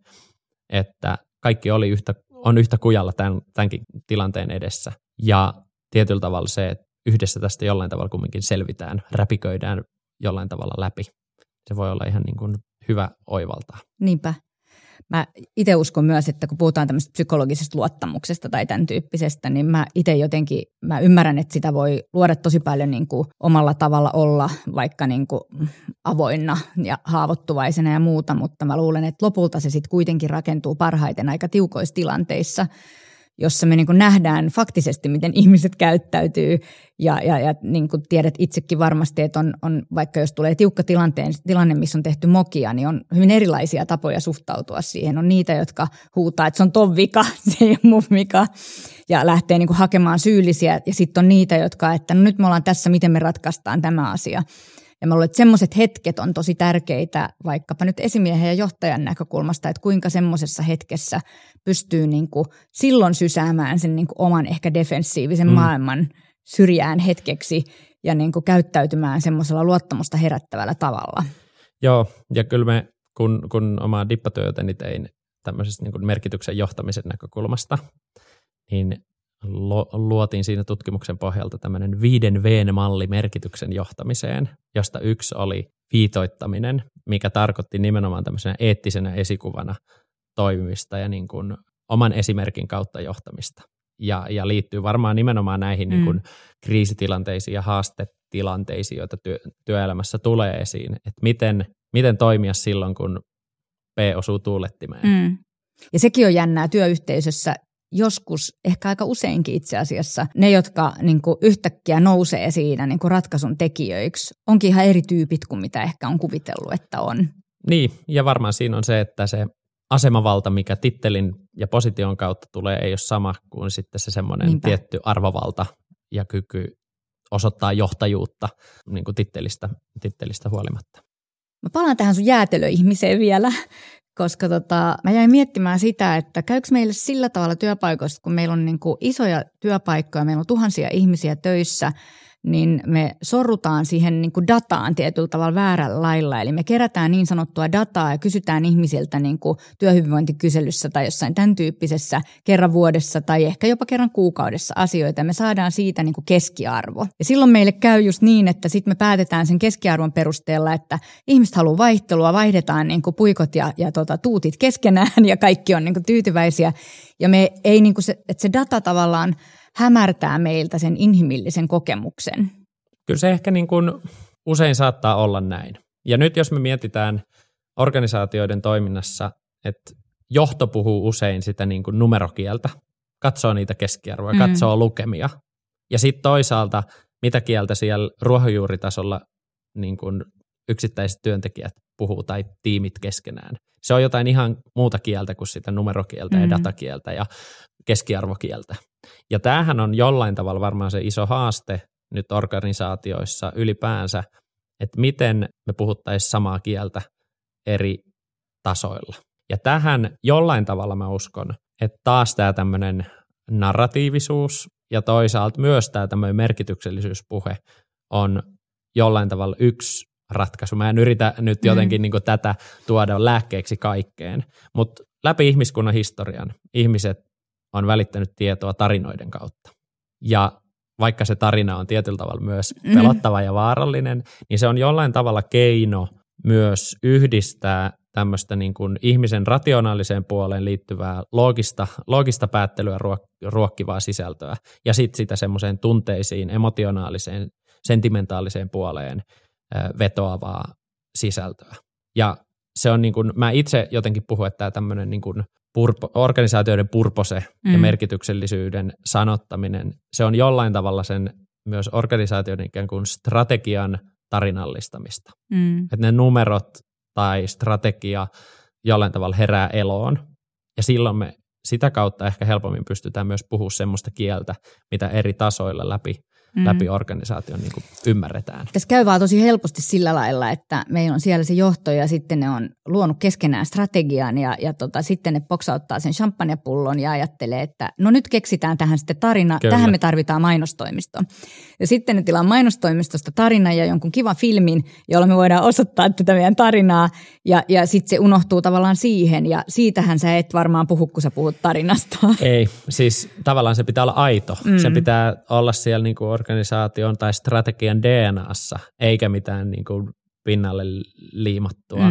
että kaikki on yhtä kujalla tämänkin tilanteen edessä. Ja tietyllä tavalla se, että yhdessä tästä jollain tavalla kumminkin selvitään, räpiköidään jollain tavalla läpi. Se voi olla ihan niin kuin hyvä oivaltaa. Niinpä. Mä itse uskon myös, että kun puhutaan tämmöisestä psykologisesta luottamuksesta tai tämän tyyppisestä, niin mä itse jotenkin, mä ymmärrän, että sitä voi luoda tosi paljon niin kuin omalla tavalla olla vaikka niin kuin avoinna ja haavoittuvaisena ja muuta, mutta mä luulen, että lopulta se sitten kuitenkin rakentuu parhaiten aika tiukoissa tilanteissa, jossa me niin kuin nähdään faktisesti, miten ihmiset käyttäytyy ja niin kuin tiedät itsekin varmasti, että on vaikka jos tulee tiukka tilanne, missä on tehty mokia, niin on hyvin erilaisia tapoja suhtautua siihen. On niitä, jotka huutaa, että se on ton vika, se ei ole mun vika ja lähtee niin kuin hakemaan syyllisiä ja sitten on niitä, jotka, että no nyt me ollaan tässä, miten me ratkaistaan tämä asia. Ja mä luulen, että semmoiset hetket on tosi tärkeitä vaikkapa nyt esimiehen ja johtajan näkökulmasta, että kuinka semmoisessa hetkessä pystyy niin kuin silloin sysäämään sen niin kuin oman ehkä defensiivisen maailman syrjään hetkeksi ja niin kuin käyttäytymään semmoisella luottamusta herättävällä tavalla. Joo, ja kyllä me kun omaa dippatyötäni tein tämmöisestä niin kuin merkityksen johtamisen näkökulmasta, niin luotiin siinä tutkimuksen pohjalta tämmöinen 5 V-malli merkityksen johtamiseen, josta yksi oli viitoittaminen, mikä tarkoitti nimenomaan tämmöisenä eettisenä esikuvana toimimista ja niin kuin oman esimerkin kautta johtamista. Ja liittyy varmaan nimenomaan näihin niin kuin kriisitilanteisiin ja haastetilanteisiin, joita työelämässä tulee esiin, että miten toimia silloin, kun P osuu tuulettimeen. Ja sekin on jännää työyhteisössä. Joskus, ehkä aika useinkin itse asiassa, ne, jotka niin kuin yhtäkkiä nousee siinä niin kuin ratkaisun tekijöiksi, onkin ihan eri tyypit kuin mitä ehkä on kuvitellut, että on. Niin, ja varmaan siinä on se, että se asemavalta, mikä tittelin ja position kautta tulee, ei ole sama kuin sitten se semmoinen tietty arvovalta ja kyky osoittaa johtajuutta niin kuin tittelistä huolimatta. Mä palaan tähän sun jäätelöihmiseen vielä. Koska mä jäin miettimään sitä, että käykö meille sillä tavalla työpaikoissa, kun meillä on niin kuin isoja työpaikkoja, meillä on tuhansia ihmisiä töissä, niin me sorrutaan siihen niin kuin dataan tietyllä tavalla väärällä lailla. Eli me kerätään niin sanottua dataa ja kysytään ihmisiltä niin kuin työhyvinvointikyselyssä tai jossain tämän tyyppisessä kerran vuodessa tai ehkä jopa kerran kuukaudessa asioita. Ja me saadaan siitä niin kuin keskiarvo. Ja silloin meille käy just niin, että sitten me päätetään sen keskiarvon perusteella, että ihmiset haluaa vaihtelua, vaihdetaan niin kuin puikot ja tuutit keskenään ja kaikki on niin kuin tyytyväisiä. Ja me ei niin kuin että se data tavallaan hämärtää meiltä sen inhimillisen kokemuksen. Kyllä se ehkä niin kuin usein saattaa olla näin. Ja nyt jos me mietitään organisaatioiden toiminnassa, että johto puhuu usein sitä niin kuin numerokieltä, katsoo niitä keskiarvoja, katsoo lukemia. Ja sitten toisaalta, mitä kieltä siellä ruohonjuuritasolla niin kuin yksittäiset työntekijät puhuu tai tiimit keskenään. Se on jotain ihan muuta kieltä kuin sitä numerokieltä ja datakieltä ja keskiarvokieltä. Ja tämähän on jollain tavalla varmaan se iso haaste nyt organisaatioissa ylipäänsä, että miten me puhuttaisiin samaa kieltä eri tasoilla. Ja tähän jollain tavalla mä uskon, että taas tämä tämmöinen narratiivisuus ja toisaalta myös tämä tämmöinen merkityksellisyyspuhe on jollain tavalla yksi ratkaisu. Mä en yritä nyt jotenkin niin kuin tätä tuoda lääkkeeksi kaikkeen, mutta läpi ihmiskunnan historian ihmiset on välittänyt tietoa tarinoiden kautta. Ja vaikka se tarina on tietyllä tavalla myös pelottava ja vaarallinen, niin se on jollain tavalla keino myös yhdistää tämmöistä niin kuin ihmisen rationaaliseen puoleen liittyvää loogista päättelyä ruokkivaa sisältöä ja sitten sitä semmoiseen tunteisiin, emotionaaliseen, sentimentaaliseen puoleen vetoavaa sisältöä. Ja se on niin kuin, mä itse jotenkin puhun, että tämä tämmöinen niin kuin organisaatioiden purpose ja merkityksellisyyden sanottaminen, se on jollain tavalla sen myös organisaatioiden ikään kuin strategian tarinallistamista. Että ne numerot tai strategia jollain tavalla herää eloon ja silloin me sitä kautta ehkä helpommin pystytään myös puhumaan semmoista kieltä, mitä eri tasoilla läpi organisaation niin kuin ymmärretään. Tässä käy vaan tosi helposti sillä lailla, että meillä on siellä se johto ja sitten ne on luonut keskenään strategian ja sitten ne poksauttaa sen champagnepullon ja ajattelee, että no nyt keksitään tähän sitten tarina, Kyllä. Tähän me tarvitaan mainostoimisto. Ja sitten ne tilaa mainostoimistosta tarinan ja jonkun kivan filmin, jolla me voidaan osoittaa tätä meidän tarinaa ja sitten se unohtuu tavallaan siihen ja siitähän sä et varmaan puhu, kun sä puhut tarinasta. Ei, siis tavallaan se pitää olla aito. Se pitää olla siellä niin kuin organisaation tai strategian DNAssa, eikä mitään niin kuin pinnalle liimattua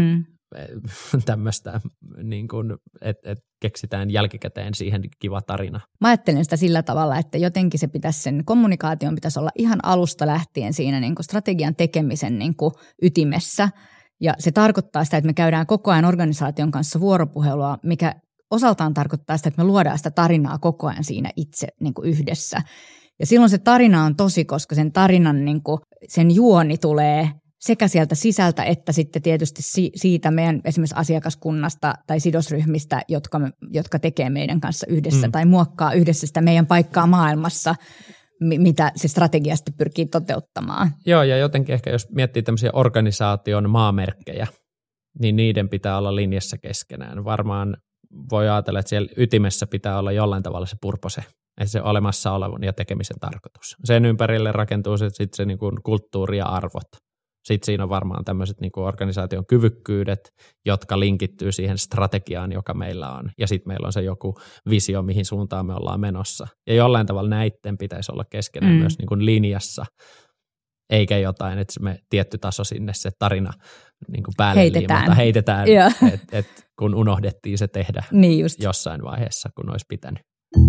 tämmöistä, niin kuin, että keksitään jälkikäteen siihen kiva tarina. Mä ajattelen sitä sillä tavalla, että jotenkin se pitäisi, sen kommunikaation pitäisi olla ihan alusta lähtien siinä niin kuin strategian tekemisen niin kuin ytimessä. Ja se tarkoittaa sitä, että me käydään koko ajan organisaation kanssa vuoropuhelua, mikä osaltaan tarkoittaa sitä, että me luodaan sitä tarinaa koko ajan siinä itse niin kuin yhdessä. Ja silloin se tarina on tosi, koska sen tarinan niin kuin, sen juoni tulee sekä sieltä sisältä että sitten tietysti siitä meidän esimerkiksi asiakaskunnasta tai sidosryhmistä, jotka tekee meidän kanssa yhdessä tai muokkaa yhdessä sitä meidän paikkaa maailmassa, mitä se strategia sitten pyrkii toteuttamaan. Joo, ja jotenkin ehkä jos miettii tämmöisiä organisaation maamerkkejä, niin niiden pitää olla linjassa keskenään. Varmaan voi ajatella, että siellä ytimessä pitää olla jollain tavalla se purpose, että se olemassa olevan ja tekemisen tarkoitus. Sen ympärille rakentuu sitten se niin kuin kulttuuri ja arvot. Sitten siinä on varmaan tämmöiset niin kuin organisaation kyvykkyydet, jotka linkittyy siihen strategiaan, joka meillä on. Ja sitten meillä on se joku visio, mihin suuntaan me ollaan menossa. Ja jollain tavalla näiden pitäisi olla keskenään myös niin kuin linjassa, eikä jotain, että me tietty taso sinne se tarina niin kuin päälle heitetään että kun unohdettiin se tehdä niin jossain vaiheessa, kun olisi pitänyt.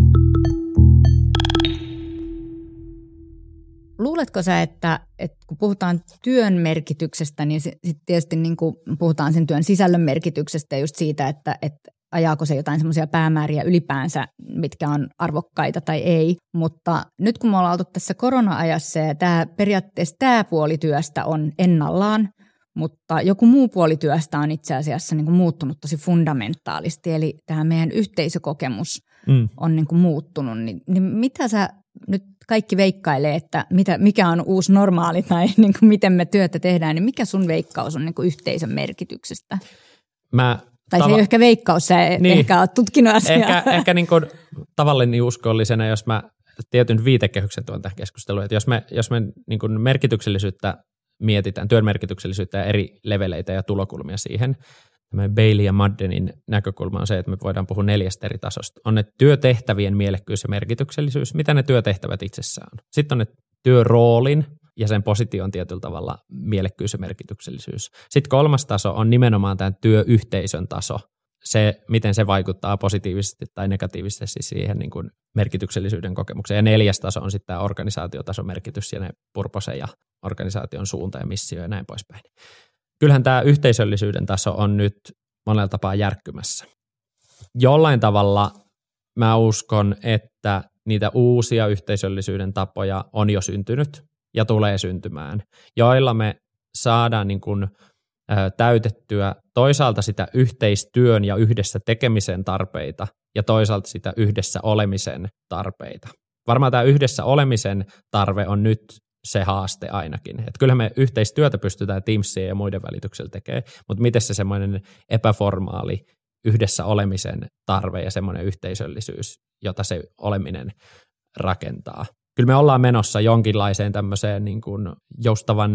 Luuletko sä, että kun puhutaan työn merkityksestä, niin sitten tietysti niin kuin puhutaan sen työn sisällön merkityksestä just siitä, että ajaako se jotain semmoisia päämääriä ylipäänsä, mitkä on arvokkaita tai ei. Mutta nyt kun me ollaan oltu tässä korona-ajassa ja periaatteessa tämä puoli työstä on ennallaan, mutta joku muu puoli työstä on itse asiassa niin kuin muuttunut tosi fundamentaalisti. Eli tämä meidän yhteisökokemus on niin kuin muuttunut. Niin mitä sä nyt kaikki veikkailee, että mikä on uusi normaali tai niin kuin miten me työtä tehdään, niin mikä sun veikkaus on niin kuin yhteisön merkityksestä? Tai se ei ole ehkä veikkaus, sä ehkä olet tutkinut asiaa. Ehkä niin kuin tavallinen uskollisena, jos mä tietyn viitekehyksen tuon tähän keskusteluun, että jos me niin kuin merkityksellisyyttä mietitään, työn merkityksellisyyttä ja eri leveleitä ja tulokulmia siihen, Bailey ja Maddenin näkökulma on se, että me voidaan puhua 4 eri tasosta. On ne työtehtävien mielekkyys ja merkityksellisyys, mitä ne työtehtävät itsessään on. Sitten on ne työroolin ja sen position tietyllä tavalla mielekkyys ja merkityksellisyys. Sitten 3. taso on nimenomaan tämän työyhteisön taso. Se, miten se vaikuttaa positiivisesti tai negatiivisesti siihen niin kuin merkityksellisyyden kokemukseen. Ja 4. taso on sitten tämä organisaatiotason merkitys ja ne purpose ja organisaation suunta ja missio ja näin poispäin. Kyllähän tämä yhteisöllisyyden taso on nyt monella tapaa järkkymässä. Jollain tavalla mä uskon, että niitä uusia yhteisöllisyyden tapoja on jo syntynyt ja tulee syntymään, joilla me saadaan niin kuin täytettyä toisaalta sitä yhteistyön ja yhdessä tekemisen tarpeita ja toisaalta sitä yhdessä olemisen tarpeita. Varmaan tämä yhdessä olemisen tarve on nyt se haaste ainakin. Että kyllähän me yhteistyötä pystytään Teamsien ja muiden välityksellä tekemään, mutta miten se semmoinen epäformaali yhdessä olemisen tarve ja semmoinen yhteisöllisyys, jota se oleminen rakentaa. kyllä me ollaan menossa jonkinlaiseen tämmöiseen niin kuin joustavan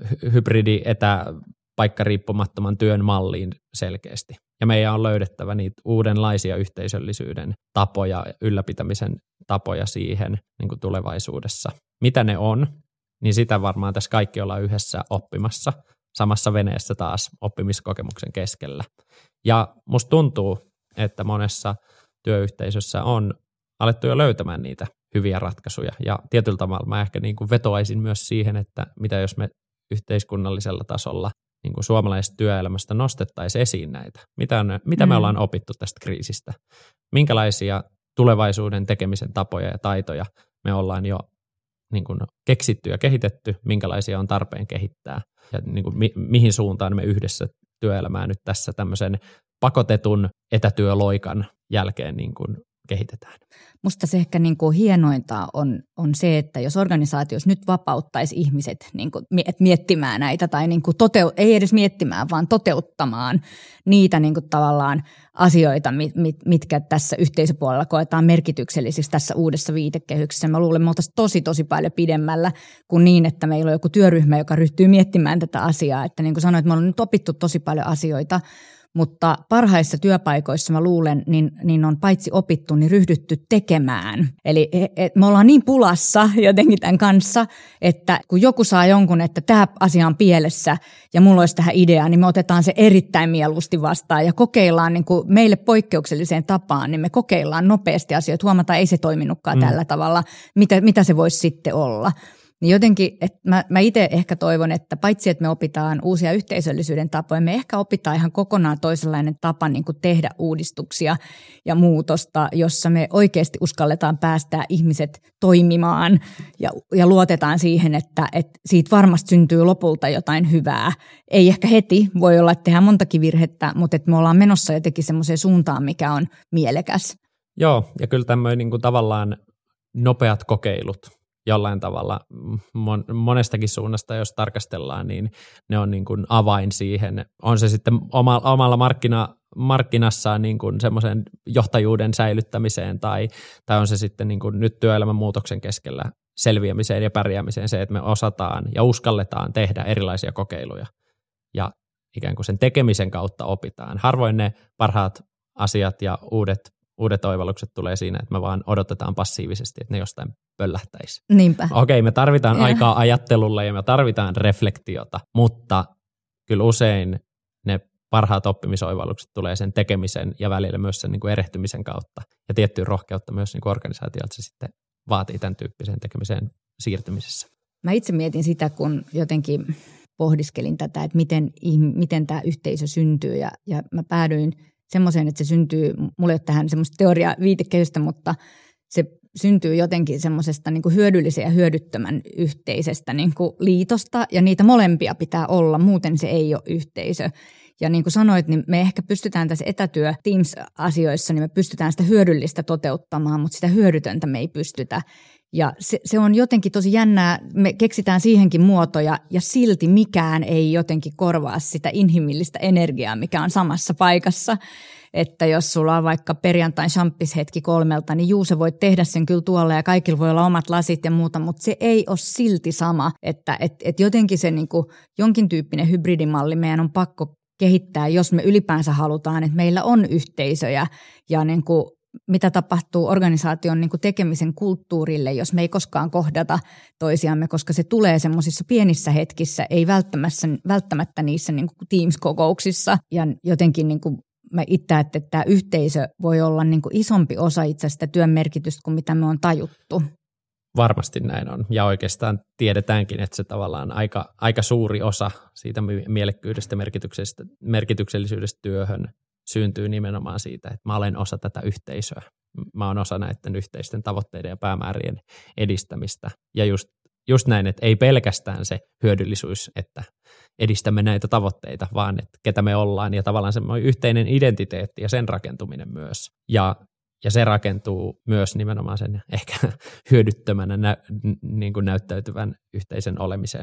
paikkariippumattoman työn malliin selkeästi. Ja meidän on löydettävä niitä uudenlaisia yhteisöllisyyden tapoja, ylläpitämisen tapoja siihen niin kuin tulevaisuudessa. Mitä ne on, niin sitä varmaan tässä kaikki ollaan yhdessä oppimassa, samassa veneessä taas oppimiskokemuksen keskellä. Ja musta tuntuu, että monessa työyhteisössä on alettu jo löytämään niitä hyviä ratkaisuja. Ja tietyllä tavalla mä ehkä niin kuin vetoaisin myös siihen, että mitä jos me yhteiskunnallisella tasolla niin kuin suomalaisesta työelämästä nostettaisiin esiin näitä. Mitä me ollaan opittu tästä kriisistä? Minkälaisia tulevaisuuden tekemisen tapoja ja taitoja me ollaan jo niin kuin keksitty ja kehitetty, minkälaisia on tarpeen kehittää ja niin kuin mihin suuntaan me yhdessä työelämää nyt tässä tämmöisen pakotetun etätyöloikan jälkeen niin kuin kehitetään. Musta se ehkä niin kuin hienointa on se, että jos organisaatiossa nyt vapauttaisi ihmiset niin kuin miettimään näitä tai niin kuin ei edes miettimään, vaan toteuttamaan niitä niin kuin tavallaan asioita, mitkä tässä yhteisöpuolella koetaan merkityksellisiksi tässä uudessa viitekehyksessä. Mä luulen, että me oltaisiin tosi paljon pidemmällä kuin niin, että meillä on joku työryhmä, joka ryhtyy miettimään tätä asiaa. Että niin kuin sanoin, että me ollaan nyt opittu tosi paljon asioita, mutta parhaissa työpaikoissa mä luulen, niin on paitsi opittu, niin ryhdytty tekemään. Eli me ollaan niin pulassa jotenkin tämän kanssa, että kun joku saa jonkun, että tämä asia on pielessä ja mulla olisi tähän idea, niin me otetaan se erittäin mieluusti vastaan ja kokeillaan niin kuin meille poikkeukselliseen tapaan, niin me kokeillaan nopeasti asioita. Huomataan, ei se toiminutkaan tällä tavalla, mitä se voisi sitten olla. Niin jotenkin, että mä itse ehkä toivon, että paitsi että me opitaan uusia yhteisöllisyyden tapoja, me ehkä opitaan ihan kokonaan toisenlainen tapa niin kuin tehdä uudistuksia ja muutosta, jossa me oikeasti uskalletaan päästää ihmiset toimimaan ja luotetaan siihen, että siitä varmasti syntyy lopulta jotain hyvää. Ei ehkä heti, voi olla, että tehdään montakin virhettä, mutta että me ollaan menossa jotenkin semmoiseen suuntaan, mikä on mielekäs. Joo, ja kyllä tämmöinen niin kuin tavallaan nopeat kokeilut jollain tavalla monestakin suunnasta, jos tarkastellaan, niin ne on niin kuin avain siihen. On se sitten omalla markkinassaan niin kuin semmoisen johtajuuden säilyttämiseen tai on se sitten niin kuin nyt työelämän muutoksen keskellä selviämiseen ja pärjäämiseen se, että me osataan ja uskalletaan tehdä erilaisia kokeiluja ja ikään kuin sen tekemisen kautta opitaan. Harvoin ne parhaat asiat ja uudet oivallukset tulee siinä, että me vaan odotetaan passiivisesti, että ne jostain pöllähtäisi. Niinpä. Okei, me tarvitaan aikaa ajattelulle ja me tarvitaan reflektiota, mutta kyllä usein ne parhaat oppimisoivallukset tulee sen tekemisen ja välillä myös sen niin kuin erehtymisen kautta. Ja tiettyä rohkeutta myös niin kuin organisaatiolta se sitten vaatii tämän tyyppiseen tekemiseen siirtymisessä. Mä itse mietin sitä, kun jotenkin pohdiskelin tätä, että miten tämä yhteisö syntyy ja mä päädyin semmoiseen, että se syntyy, mulla ei ole tähän semmoista teoriaa viitekehystä, mutta se syntyy jotenkin semmoisesta niin kuin hyödyllisen ja hyödyttömän yhteisestä niin kuin liitosta, ja niitä molempia pitää olla, muuten se ei ole yhteisö. Ja niin kuin sanoit, niin me ehkä pystytään tässä etätyö Teams-asioissa, niin me pystytään sitä hyödyllistä toteuttamaan, mutta sitä hyödytöntä me ei pystytä. Ja se on jotenkin tosi jännää, me keksitään siihenkin muotoja ja silti mikään ei jotenkin korvaa sitä inhimillistä energiaa, mikä on samassa paikassa. Että jos sulla on vaikka perjantain champpishetki 3, niin juu, sä voit tehdä sen kyllä tuolla ja kaikilla voi olla omat lasit ja muuta, mutta se ei ole silti sama. Että jotenkin se niin kuin jonkin tyyppinen hybridimalli meidän on pakko kehittää, jos me ylipäänsä halutaan, että meillä on yhteisöjä ja niin kuin mitä tapahtuu organisaation niin kuin tekemisen kulttuurille, jos me ei koskaan kohdata toisiamme, koska se tulee semmoisissa pienissä hetkissä, ei välttämättä niissä niin kuin Teams-kokouksissa. Ja jotenkin niin kuin mä itse ajattelen, että tämä yhteisö voi olla niin kuin isompi osa itse sitä työn merkitystä kuin mitä me on tajuttu. Varmasti näin on. Ja oikeastaan tiedetäänkin, että se tavallaan aika suuri osa siitä mielekkyydestä, merkityksellisyydestä työhön syntyy nimenomaan siitä, että mä olen osa tätä yhteisöä. Mä olen osa näiden yhteisten tavoitteiden ja päämäärien edistämistä. Ja just näin, että ei pelkästään se hyödyllisyys, että edistämme näitä tavoitteita, vaan että ketä me ollaan ja tavallaan semmoinen yhteinen identiteetti ja sen rakentuminen myös. Ja se rakentuu myös nimenomaan sen ehkä hyödyttömänä niin kuin näyttäytyvän yhteisen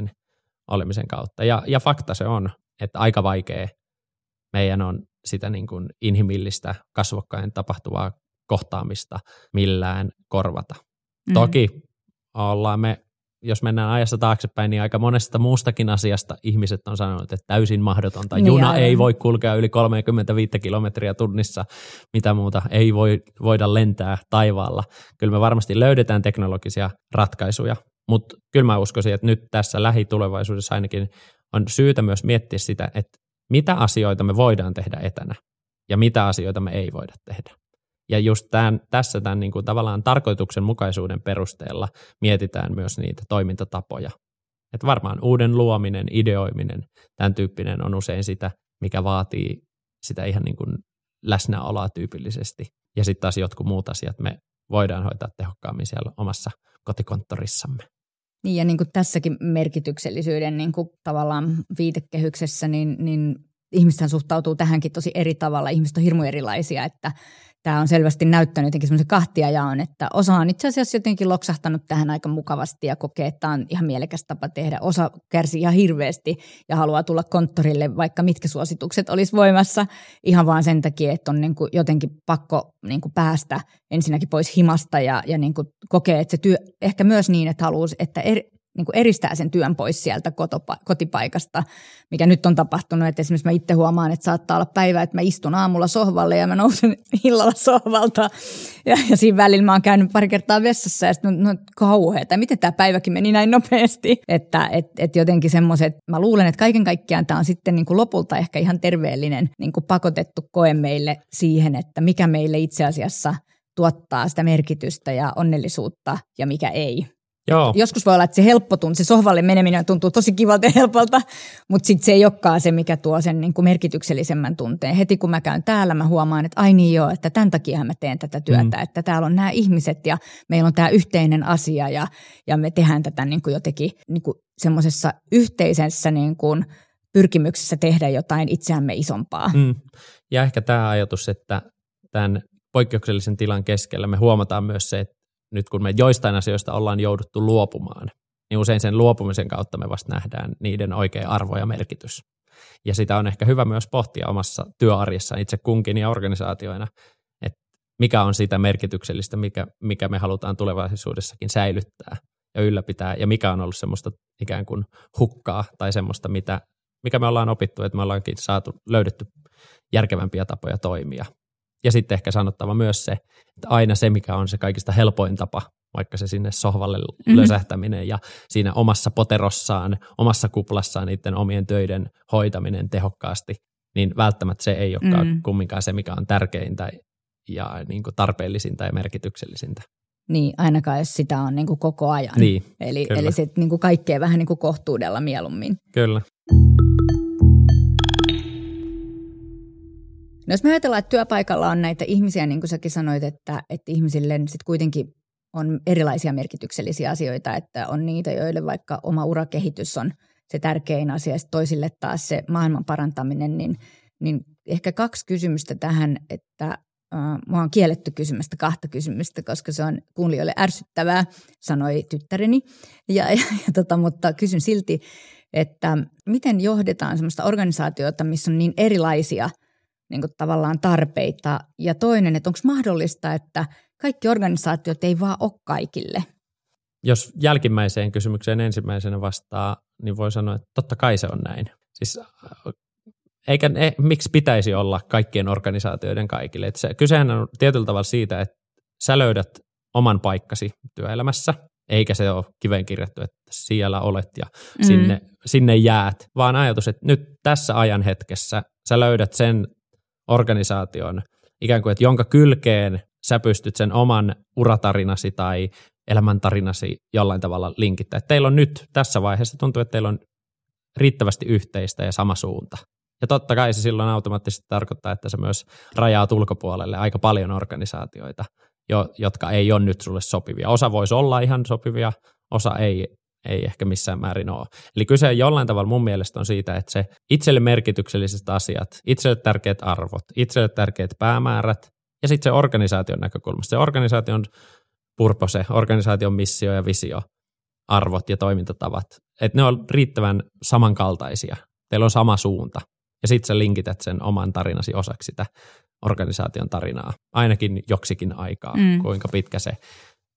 olemisen kautta. Ja fakta se on, että aika vaikea meidän on sitä niin kuin inhimillistä kasvokkain tapahtuvaa kohtaamista millään korvata. Toki ollaan me, jos mennään ajassa taaksepäin, niin aika monesta muustakin asiasta ihmiset on sanonut, että täysin mahdotonta. Niin, Juna aivan. ei voi kulkea yli 35 kilometriä tunnissa, mitä muuta ei voida lentää taivaalla. Kyllä me varmasti löydetään teknologisia ratkaisuja, mutta kyllä mä uskoisin, että nyt tässä lähitulevaisuudessa ainakin on syytä myös miettiä sitä, että mitä asioita me voidaan tehdä etänä ja mitä asioita me ei voida tehdä. Ja just tässä tämän niin kuin tavallaan tarkoituksenmukaisuuden perusteella mietitään myös niitä toimintatapoja. Että varmaan uuden luominen, ideoiminen, tämän tyyppinen on usein sitä, mikä vaatii sitä ihan niin kuin läsnäoloa tyypillisesti. Ja sitten taas jotkut muut asiat me voidaan hoitaa tehokkaammin siellä omassa kotikonttorissamme. Niin ja niin kuin tässäkin merkityksellisyyden niin kuin tavallaan viitekehyksessä, niin ihmisethän suhtautuu tähänkin tosi eri tavalla. Ihmiset on hirmu erilaisia, että tämä on selvästi näyttänyt jotenkin semmoisen kahtiajaon, että osa on itse asiassa jotenkin loksahtanut tähän aika mukavasti ja kokee, että tämä on ihan mielekäs tapa tehdä. Osa kärsii ihan hirveästi ja haluaa tulla konttorille, vaikka mitkä suositukset olisi voimassa niin vaan sen takia, että on niin kuin jotenkin pakko niin kuin päästä ensinnäkin pois himasta ja niin kuin kokee, että se työ, ehkä myös niin, että haluaa, että niin kuin eristää sen työn pois sieltä kotipaikasta, mikä nyt on tapahtunut. Että esimerkiksi mä itse huomaan, että saattaa olla päivä, että mä istun aamulla sohvalle ja mä nousen illalla sohvalta. Ja siinä välillä mä oon käynyt pari kertaa vessassa ja sitten no kauheeta. Miten tämä päiväkin meni näin nopeasti? Että jotenkin semmoiset, mä luulen, että kaiken kaikkiaan tämä on sitten niin kuin lopulta ehkä ihan terveellinen niin kuin pakotettu koe meille siihen, että mikä meille itse asiassa tuottaa sitä merkitystä ja onnellisuutta ja mikä ei. Joo. Joskus voi olla, että se helppo tuntuu, se sohvalle meneminen tuntuu tosi kivalta ja helpolta, mutta sitten se ei olekaan se, mikä tuo sen niin kuin merkityksellisemmän tunteen. Heti kun mä käyn täällä, mä huomaan, että ai niin joo, että tämän takia mä teen tätä työtä, että täällä on nämä ihmiset ja meillä on tämä yhteinen asia ja me tehdään tätä niin kuin jotenkin niin kuin semmoisessa yhteisessä niin kuin pyrkimyksessä tehdä jotain itseämme isompaa. Ja ehkä tämä ajatus, että tämän poikkeuksellisen tilan keskellä me huomataan myös se, että nyt kun me joistain asioista ollaan jouduttu luopumaan, niin usein sen luopumisen kautta me vasta nähdään niiden oikea arvo ja merkitys. Ja sitä on ehkä hyvä myös pohtia omassa työarjessa itse kunkin ja organisaatioina, että mikä on sitä merkityksellistä, mikä me halutaan tulevaisuudessakin säilyttää ja ylläpitää, ja mikä on ollut semmoista ikään kuin hukkaa tai semmoista, mikä me ollaan opittu, että me ollaankin löydetty järkevämpiä tapoja toimia. Ja sitten ehkä sanottava myös se, että aina se, mikä on se kaikista helpoin tapa, vaikka se sinne sohvalle lösähtäminen ja siinä omassa poterossaan, omassa kuplassaan niiden omien töiden hoitaminen tehokkaasti, niin välttämättä se ei olekaan kumminkaan se, mikä on tärkeintä ja niin kuin tarpeellisinta ja merkityksellisintä. Niin, ainakaan jos sitä on niin kuin koko ajan. Niin, eli se niin kuin kaikkea vähän niin kuin kohtuudella mieluummin. Kyllä. No jos me ajatellaan, että työpaikalla on näitä ihmisiä, niin kuin säkin sanoit, että ihmisille sit kuitenkin on erilaisia merkityksellisiä asioita, että on niitä, joille vaikka oma urakehitys on se tärkein asia, ja toisille taas se maailman parantaminen, niin ehkä 2 kysymystä tähän, että mua on kielletty kysymästä 2 kysymystä, koska se on kuulijoille ärsyttävää, sanoi tyttäreni, mutta kysyn silti, että miten johdetaan sellaista organisaatiota, missä on niin erilaisia niin kuin tavallaan tarpeita. Ja toinen, että onko mahdollista, että kaikki organisaatiot ei vaan ole kaikille? Jos jälkimmäiseen kysymykseen ensimmäisenä vastaa, niin voi sanoa, että totta kai se on näin. Siis miksi pitäisi olla kaikkien organisaatioiden kaikille? Kysehän on tietyllä tavalla siitä, että sä löydät oman paikkasi työelämässä, eikä se ole kiveen kirjattu, että siellä olet ja sinne jäät, vaan ajatus, että nyt tässä ajan hetkessä sä löydät sen organisaation ikään kuin, että jonka kylkeen sä pystyt sen oman uratarinasi tai elämäntarinasi jollain tavalla linkittää. Että teillä on nyt tässä vaiheessa, tuntuu, että teillä on riittävästi yhteistä ja sama suunta. Ja totta kai se silloin automaattisesti tarkoittaa, että se myös rajaat ulkopuolelle aika paljon organisaatioita, jotka ei ole nyt sulle sopivia. Osa voisi olla ihan sopivia, osa ei ehkä missään määrin ole. Eli kyse jollain tavalla mun mielestä on siitä, että se itselle merkitykselliset asiat, itselle tärkeät arvot, itselle tärkeät päämäärät ja sitten se organisaation näkökulmasta. Se organisaation purpose, organisaation missio ja visio, arvot ja toimintatavat, että ne on riittävän samankaltaisia. Teillä on sama suunta ja sitten sä linkität sen oman tarinasi osaksi sitä organisaation tarinaa, ainakin joksikin aikaa, kuinka pitkä se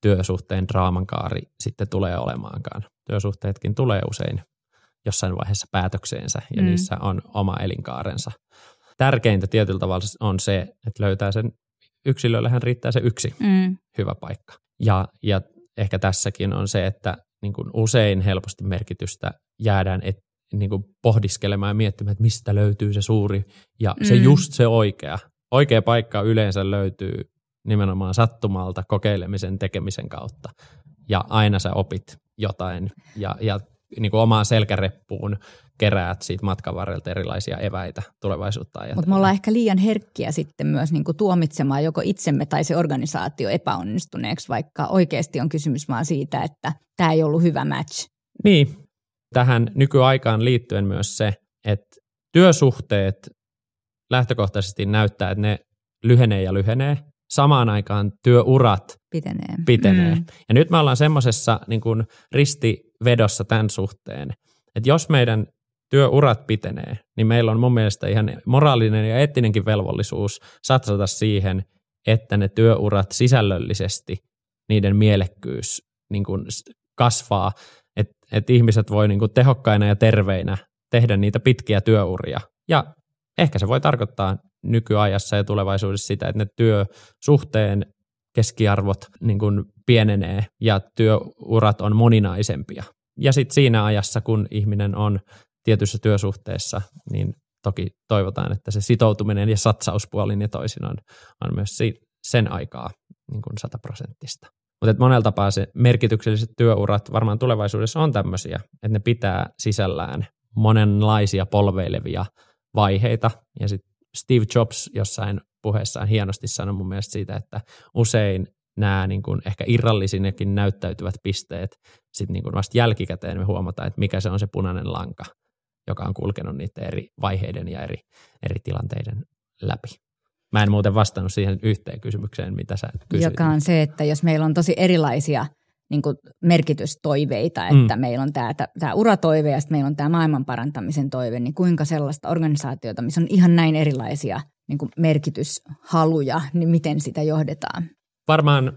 työsuhteen draamankaari sitten tulee olemaankaan. Työsuhteetkin tulee usein jossain vaiheessa päätökseensä ja niissä on oma elinkaarensa. Tärkeintä tietyllä tavalla on se, että löytää sen yksilöllähän riittää se yksi hyvä paikka. Ja ehkä tässäkin on se, että niin kuin usein helposti merkitystä jäädään niin kuin pohdiskelemaan ja miettimään, että mistä löytyy se suuri ja se just se oikea. Oikea paikka yleensä löytyy nimenomaan sattumalta, kokeilemisen, tekemisen kautta. Ja aina sä opit jotain ja niin kuin omaan selkäreppuun keräät siitä matkan varrelta erilaisia eväitä tulevaisuutta ajatellen. Mutta me ollaan ehkä liian herkkiä sitten myös niin kuin tuomitsemaan joko itsemme tai se organisaatio epäonnistuneeksi, vaikka oikeasti on kysymys vaan siitä, että tämä ei ollut hyvä match. Niin, tähän nykyaikaan liittyen myös se, että työsuhteet lähtökohtaisesti näyttää, että ne lyhenee. Samaan aikaan työurat pitenee. Ja nyt me ollaan semmoisessa niin kuin ristivedossa tämän suhteen, että jos meidän työurat pitenee, niin meillä on mun mielestä ihan moraalinen ja eettinenkin velvollisuus satsata siihen, että ne työurat sisällöllisesti, niiden mielekkyys niin kuin kasvaa, että ihmiset voi niin kuin tehokkaina ja terveinä tehdä niitä pitkiä työuria. Ja ehkä se voi tarkoittaa nykyajassa ja tulevaisuudessa sitä, että ne työsuhteen keskiarvot niin kuin pienenee ja työurat on moninaisempia. Ja sitten siinä ajassa, kun ihminen on tietyssä työsuhteessa, niin toki toivotaan, että se sitoutuminen ja satsauspuolin ja toisin on myös sen aikaa niin kuin 100%. Mutta monella tapaa se merkitykselliset työurat varmaan tulevaisuudessa on tämmöisiä, että ne pitää sisällään monenlaisia polveilevia vaiheita. Ja sitten Steve Jobs jossain puheessaan hienosti sanoi mun mielestä siitä, että usein nämä niin kuin ehkä irrallisinakin näyttäytyvät pisteet, sitten niin kuin vasta jälkikäteen me huomataan, että mikä se on se punainen lanka, joka on kulkenut niiden eri vaiheiden ja eri tilanteiden läpi. Mä en muuten vastannut siihen yhteen kysymykseen, mitä sä kysyit. Joka on se, että jos meillä on tosi erilaisia niin kuin merkitystoiveita, että meillä on tämä uratoive ja sitten meillä on tämä maailman parantamisen toive, niin kuinka sellaista organisaatiota, missä on ihan näin erilaisia niin kuin merkityshaluja, niin miten sitä johdetaan? Varmaan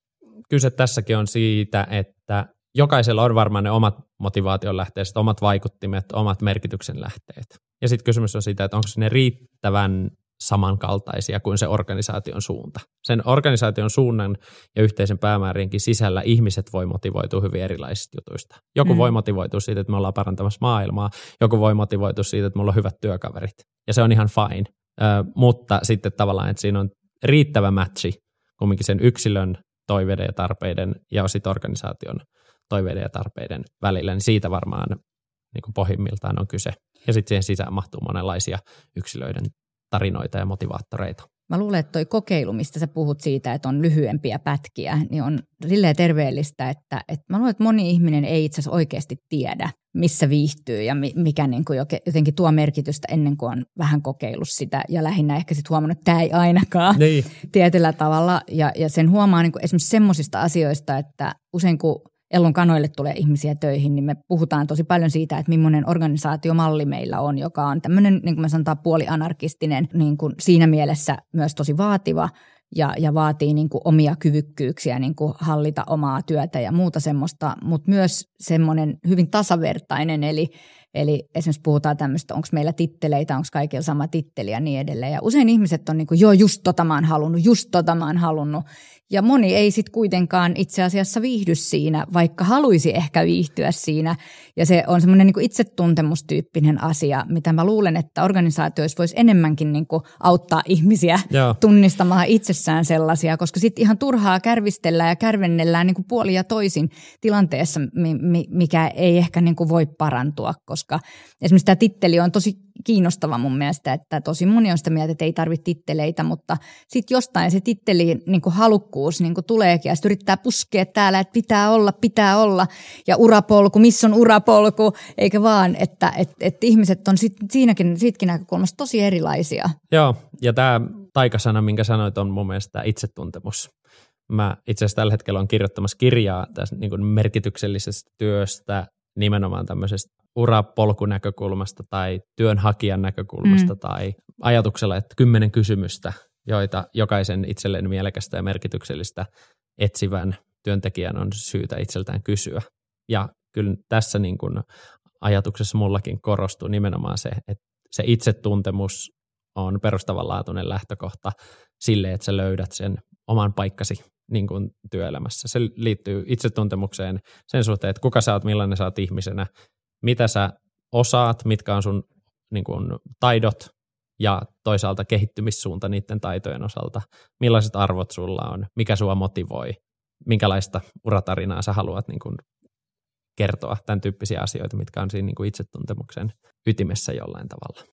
kyse tässäkin on siitä, että jokaisella on varmaan ne omat motivaation lähteet, omat vaikuttimet, omat merkityksen lähteet. Ja sitten kysymys on siitä, että onko ne riittävän samankaltaisia kuin se organisaation suunta. Sen organisaation suunnan ja yhteisen päämäärinkin sisällä ihmiset voi motivoitua hyvin erilaisista jutuista. Joku voi motivoitua siitä, että me ollaan parantamassa maailmaa, joku voi motivoitua siitä, että meillä on hyvät työkaverit. Ja se on ihan fine. Mutta sitten tavallaan, että siinä on riittävä matchi kumminkin sen yksilön toiveiden ja tarpeiden ja sitten organisaation toiveiden ja tarpeiden välillä, niin siitä varmaan niin kuin pohjimmiltaan on kyse. Ja sitten siihen sisään mahtuu monenlaisia yksilöiden tarinoita ja motivaattoreita. Mä luulen, että toi kokeilu, mistä sä puhut siitä, että on lyhyempiä pätkiä, niin on silleen terveellistä, että mä luulen, että moni ihminen ei itse asiassa oikeasti tiedä, missä viihtyy ja mikä niin kuin jotenkin tuo merkitystä ennen kuin on vähän kokeillut sitä ja lähinnä ehkä sitten huomannut, että tämä ei ainakaan tietyllä tavalla. Ja sen huomaa niin kuin esimerkiksi semmoisista asioista, että usein kun Ellun kanoille tulee ihmisiä töihin, niin me puhutaan tosi paljon siitä, että millainen organisaatiomalli meillä on, joka on tämmöinen, niin kuin me sanotaan, puolianarkistinen, niin kuin siinä mielessä myös tosi vaativa ja vaatii niin kuin omia kyvykkyyksiä niin kuin hallita omaa työtä ja muuta semmoista, mutta myös semmoinen hyvin tasavertainen, eli esimerkiksi puhutaan tämmöistä, onko meillä titteleitä, onko kaikilla sama titteli ja niin edelleen. Ja usein ihmiset on niin kuin, joo, just tota mä oon halunnut. Ja moni ei sitten kuitenkaan itse asiassa viihdy siinä, vaikka haluaisi ehkä viihtyä siinä. Ja se on semmoinen niin kuin itsetuntemustyyppinen asia, mitä mä luulen, että organisaatioissa voisi enemmänkin niin kuin auttaa ihmisiä tunnistamaan itsessään sellaisia, koska sitten ihan turhaa kärvistellään ja kärvennellään niin kuin puolin ja toisin tilanteessa, mikä ei ehkä niin kuin voi parantua, koska esimerkiksi tämä titteli on tosi kiinnostava mun mielestä, että tosi moni on sitä mieltä, että ei tarvitse titteleitä, mutta sitten jostain se titteli niin kuin halukkuus niin kuin tuleekin ja sitten yrittää puskea täällä, että pitää olla ja urapolku, missä on urapolku, eikä vaan, että ihmiset on siitäkin näkökulmasta tosi erilaisia. Joo, ja tämä taikasana, minkä sanoit, on mun mielestä itsetuntemus. Mä itse asiassa tällä hetkellä olen kirjoittamassa kirjaa tästä niin kuin merkityksellisestä työstä, nimenomaan tämmöisestä urapolkunäkökulmasta tai työnhakijan näkökulmasta tai ajatuksella, että 10 kysymystä, joita jokaisen itselleen mielekästä ja merkityksellistä etsivän työntekijän on syytä itseltään kysyä. Ja kyllä tässä niin kuin ajatuksessa mullakin korostuu nimenomaan se, että se itsetuntemus on perustavanlaatuinen lähtökohta sille, että sä löydät sen oman paikkasi niin kuin työelämässä. Se liittyy itsetuntemukseen sen suhteen, että kuka sä oot, millainen sä oot ihmisenä, mitä sä osaat, mitkä on sun niin kuin taidot ja toisaalta kehittymissuunta niiden taitojen osalta, millaiset arvot sulla on, mikä sua motivoi, minkälaista uratarinaa sä haluat niin kuin kertoa, tämän tyyppisiä asioita, mitkä on siinä niin kuin itsetuntemuksen ytimessä jollain tavalla.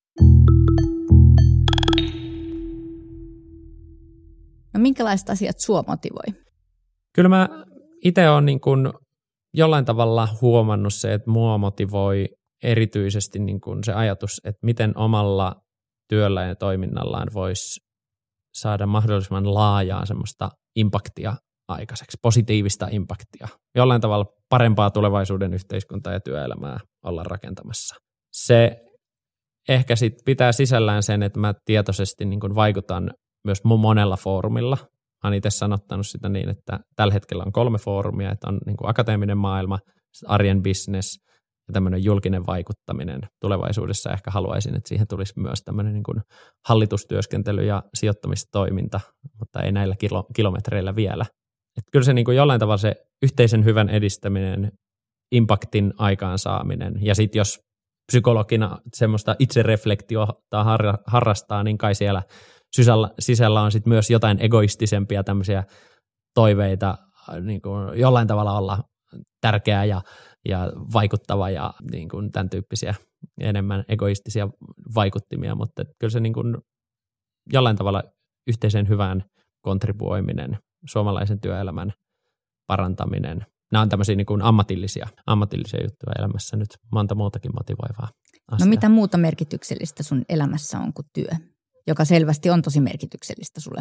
No minkälaiset asiat sua motivoi? Kyllä mä itse olen niin kuin jollain tavalla huomannut se, että mua motivoi erityisesti niin kuin se ajatus, että miten omalla työllä ja toiminnallaan voisi saada mahdollisimman laajaa semmoista impaktia aikaiseksi, positiivista impaktia. Jollain tavalla parempaa tulevaisuuden yhteiskuntaa ja työelämää olla rakentamassa. Se ehkä sit pitää sisällään sen, että mä tietoisesti niin kuin vaikutan myös monella foorumilla. Olen itse sanottanut sitä niin, että tällä hetkellä on 3 foorumia, että on niin kuin akateeminen maailma, arjen business ja tämmöinen julkinen vaikuttaminen. Tulevaisuudessa ehkä haluaisin, että siihen tulisi myös tämmöinen niin kuin hallitustyöskentely ja sijoittamistoiminta, mutta ei näillä kilometreillä vielä. Että kyllä se niin kuin jollain tavalla se yhteisen hyvän edistäminen, impaktin aikaansaaminen ja sitten jos psykologina semmoista itsereflektiota harrastaa, niin kai siellä sisällä on sitten myös jotain egoistisempia tämmöisiä toiveita niin kuin jollain tavalla olla tärkeä ja vaikuttava ja niin kuin tämän tyyppisiä enemmän egoistisia vaikuttimia, mutta kyllä se niin kuin jollain tavalla yhteisen hyvään kontribuoiminen, suomalaisen työelämän parantaminen, nämä on tämmöisiä niin kuin ammatillisia juttuja elämässä nyt, monta muutakin motivoivaa asiaa. No mitä muuta merkityksellistä sun elämässä on kuin työ, joka selvästi on tosi merkityksellistä sulle?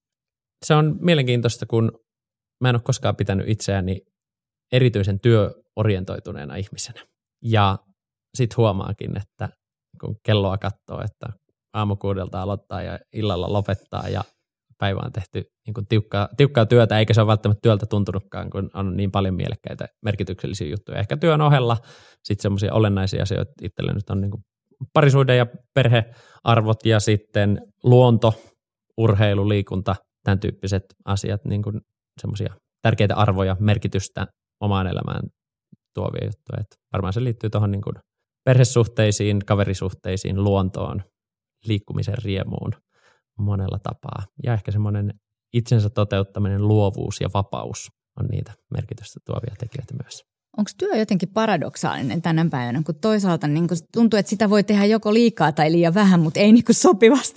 Se on mielenkiintoista, kun mä en ole koskaan pitänyt itseäni erityisen työorientoituneena ihmisenä. Ja sit huomaakin, että kun kelloa katsoo, että aamu 6 aloittaa ja illalla lopettaa ja päivä on tehty niin kuin tiukkaa työtä, eikä se ole välttämättä työltä tuntunutkaan, kun on niin paljon mielekkäitä merkityksellisiä juttuja. Ehkä työn ohella sitten semmoisia olennaisia asioita itselle nyt on niin kuin parisuhde- ja perhearvot ja sitten luonto, urheilu, liikunta, tämän tyyppiset asiat, niin kuin semmoisia tärkeitä arvoja, merkitystä omaan elämään tuovia juttuja. Et varmaan se liittyy tuohon niin kuin perhesuhteisiin, kaverisuhteisiin, luontoon, liikkumisen riemuun monella tapaa. Ja ehkä semmoinen itsensä toteuttaminen, luovuus ja vapaus on niitä merkitystä tuovia tekijöitä myös. Onko työ jotenkin paradoksaalinen tänä päivänä, kun toisaalta niin kun tuntuu, että sitä voi tehdä joko liikaa tai liian vähän, mutta ei niin kuin sopivasti,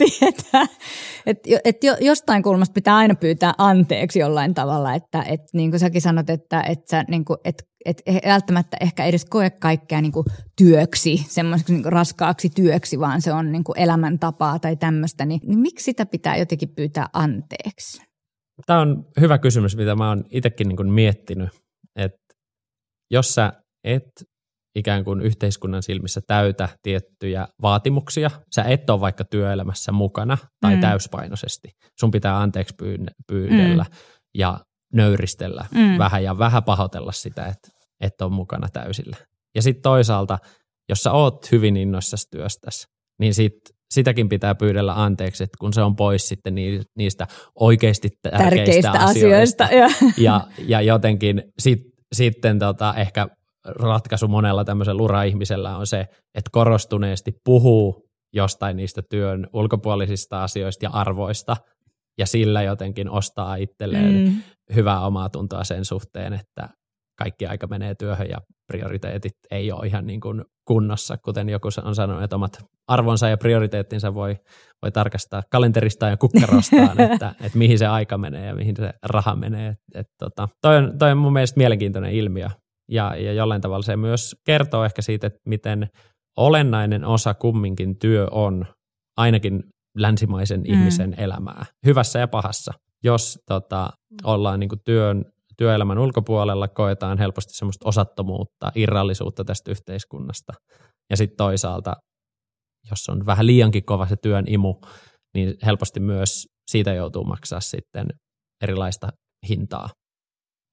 että jostain kulmasta pitää aina pyytää anteeksi jollain tavalla, että niin kuin säkin sanot, että sä niin kuin, et välttämättä ehkä edes koe kaikkea niin kuin työksi, semmoiseksi niin kuin raskaaksi työksi, vaan se on niin kuin elämäntapaa tai tämmöistä, niin miksi sitä pitää jotenkin pyytää anteeksi? Tämä on hyvä kysymys, mitä mä oon itsekin niin kuin miettinyt, että jos sä et ikään kuin yhteiskunnan silmissä täytä tiettyjä vaatimuksia, sä et ole vaikka työelämässä mukana tai täyspainoisesti, sun pitää anteeksi pyydellä ja nöyristellä vähän ja vähän pahoitella sitä, että et ole mukana täysillä. Ja sitten toisaalta, jos sä oot hyvin innoissasi työstäsi, niin sitäkin pitää pyydellä anteeksi, että kun se on pois sitten niistä oikeasti tärkeistä asioista. Ja jotenkin sitten ehkä ratkaisu monella tämmöisellä ura-ihmisellä on se, että korostuneesti puhuu jostain niistä työn ulkopuolisista asioista ja arvoista ja sillä jotenkin ostaa itselleen hyvää omaa tuntoa sen suhteen, että kaikki aika menee työhön ja prioriteetit ei ole ihan niin kuin kunnossa, kuten joku on sanonut, että omat arvonsa ja prioriteettinsa voi tarkastaa kalenteristaan ja kukkarostaan, että mihin se aika menee ja mihin se raha menee. Toi on mun mielestä mielenkiintoinen ilmiö ja jollain tavalla se myös kertoo ehkä siitä, että miten olennainen osa kumminkin työ on ainakin länsimaisen ihmisen elämää, hyvässä ja pahassa. Jos ollaan niin kuin työelämän ulkopuolella, koetaan helposti semmoista osattomuutta, irrallisuutta tästä yhteiskunnasta. Ja sitten toisaalta, jos on vähän liiankin kova se työn imu, niin helposti myös siitä joutuu maksaa sitten erilaista hintaa.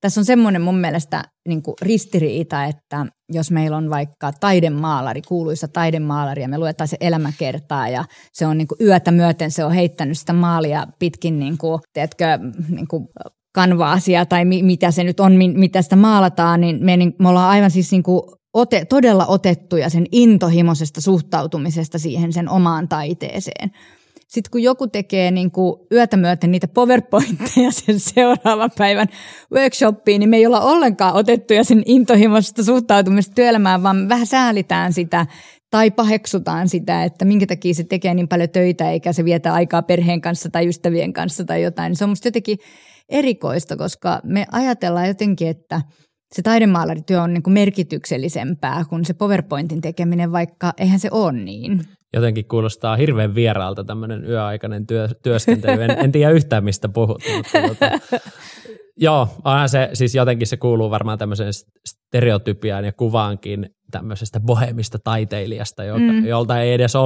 tässä on semmoinen mun mielestä niin kuin ristiriita, että jos meillä on vaikka taidemaalari, kuuluisa taidemaalari ja me luetaan se elämäkertaa ja se on niin kuin yötä myöten, se on heittänyt sitä maalia pitkin niin kuin, tiedätkö, niin kuin kanvaasia tai mitä se nyt on, mitä sitä maalataan, niin me ollaan aivan siis niin kuin todella otettuja sen intohimoisesta suhtautumisesta siihen sen omaan taiteeseen. Sitten kun joku tekee niin kuin yötä myöten niitä PowerPointteja sen seuraavan päivän workshoppiin, niin me ei olla ollenkaan otettuja sen intohimoisesta suhtautumista työelämään, vaan vähän säälitään sitä tai paheksutaan sitä, että minkä takia se tekee niin paljon töitä eikä se vietä aikaa perheen kanssa tai ystävien kanssa tai jotain. Se on musta jotenkin erikoista, koska me ajatellaan jotenkin, että se taidemaalarityö on niin kuin merkityksellisempää kuin se PowerPointin tekeminen, vaikka eihän se ole niin. Jotenkin kuulostaa hirveän vieraalta tämmöinen yöaikainen työskentely. En tiedä yhtään, mistä puhut. Mutta joo, onhan se, siis jotenkin se kuuluu varmaan tämmöiseen stereotypiaan ja kuvaankin tämmöisestä boheemista taiteilijasta, jolta ei edes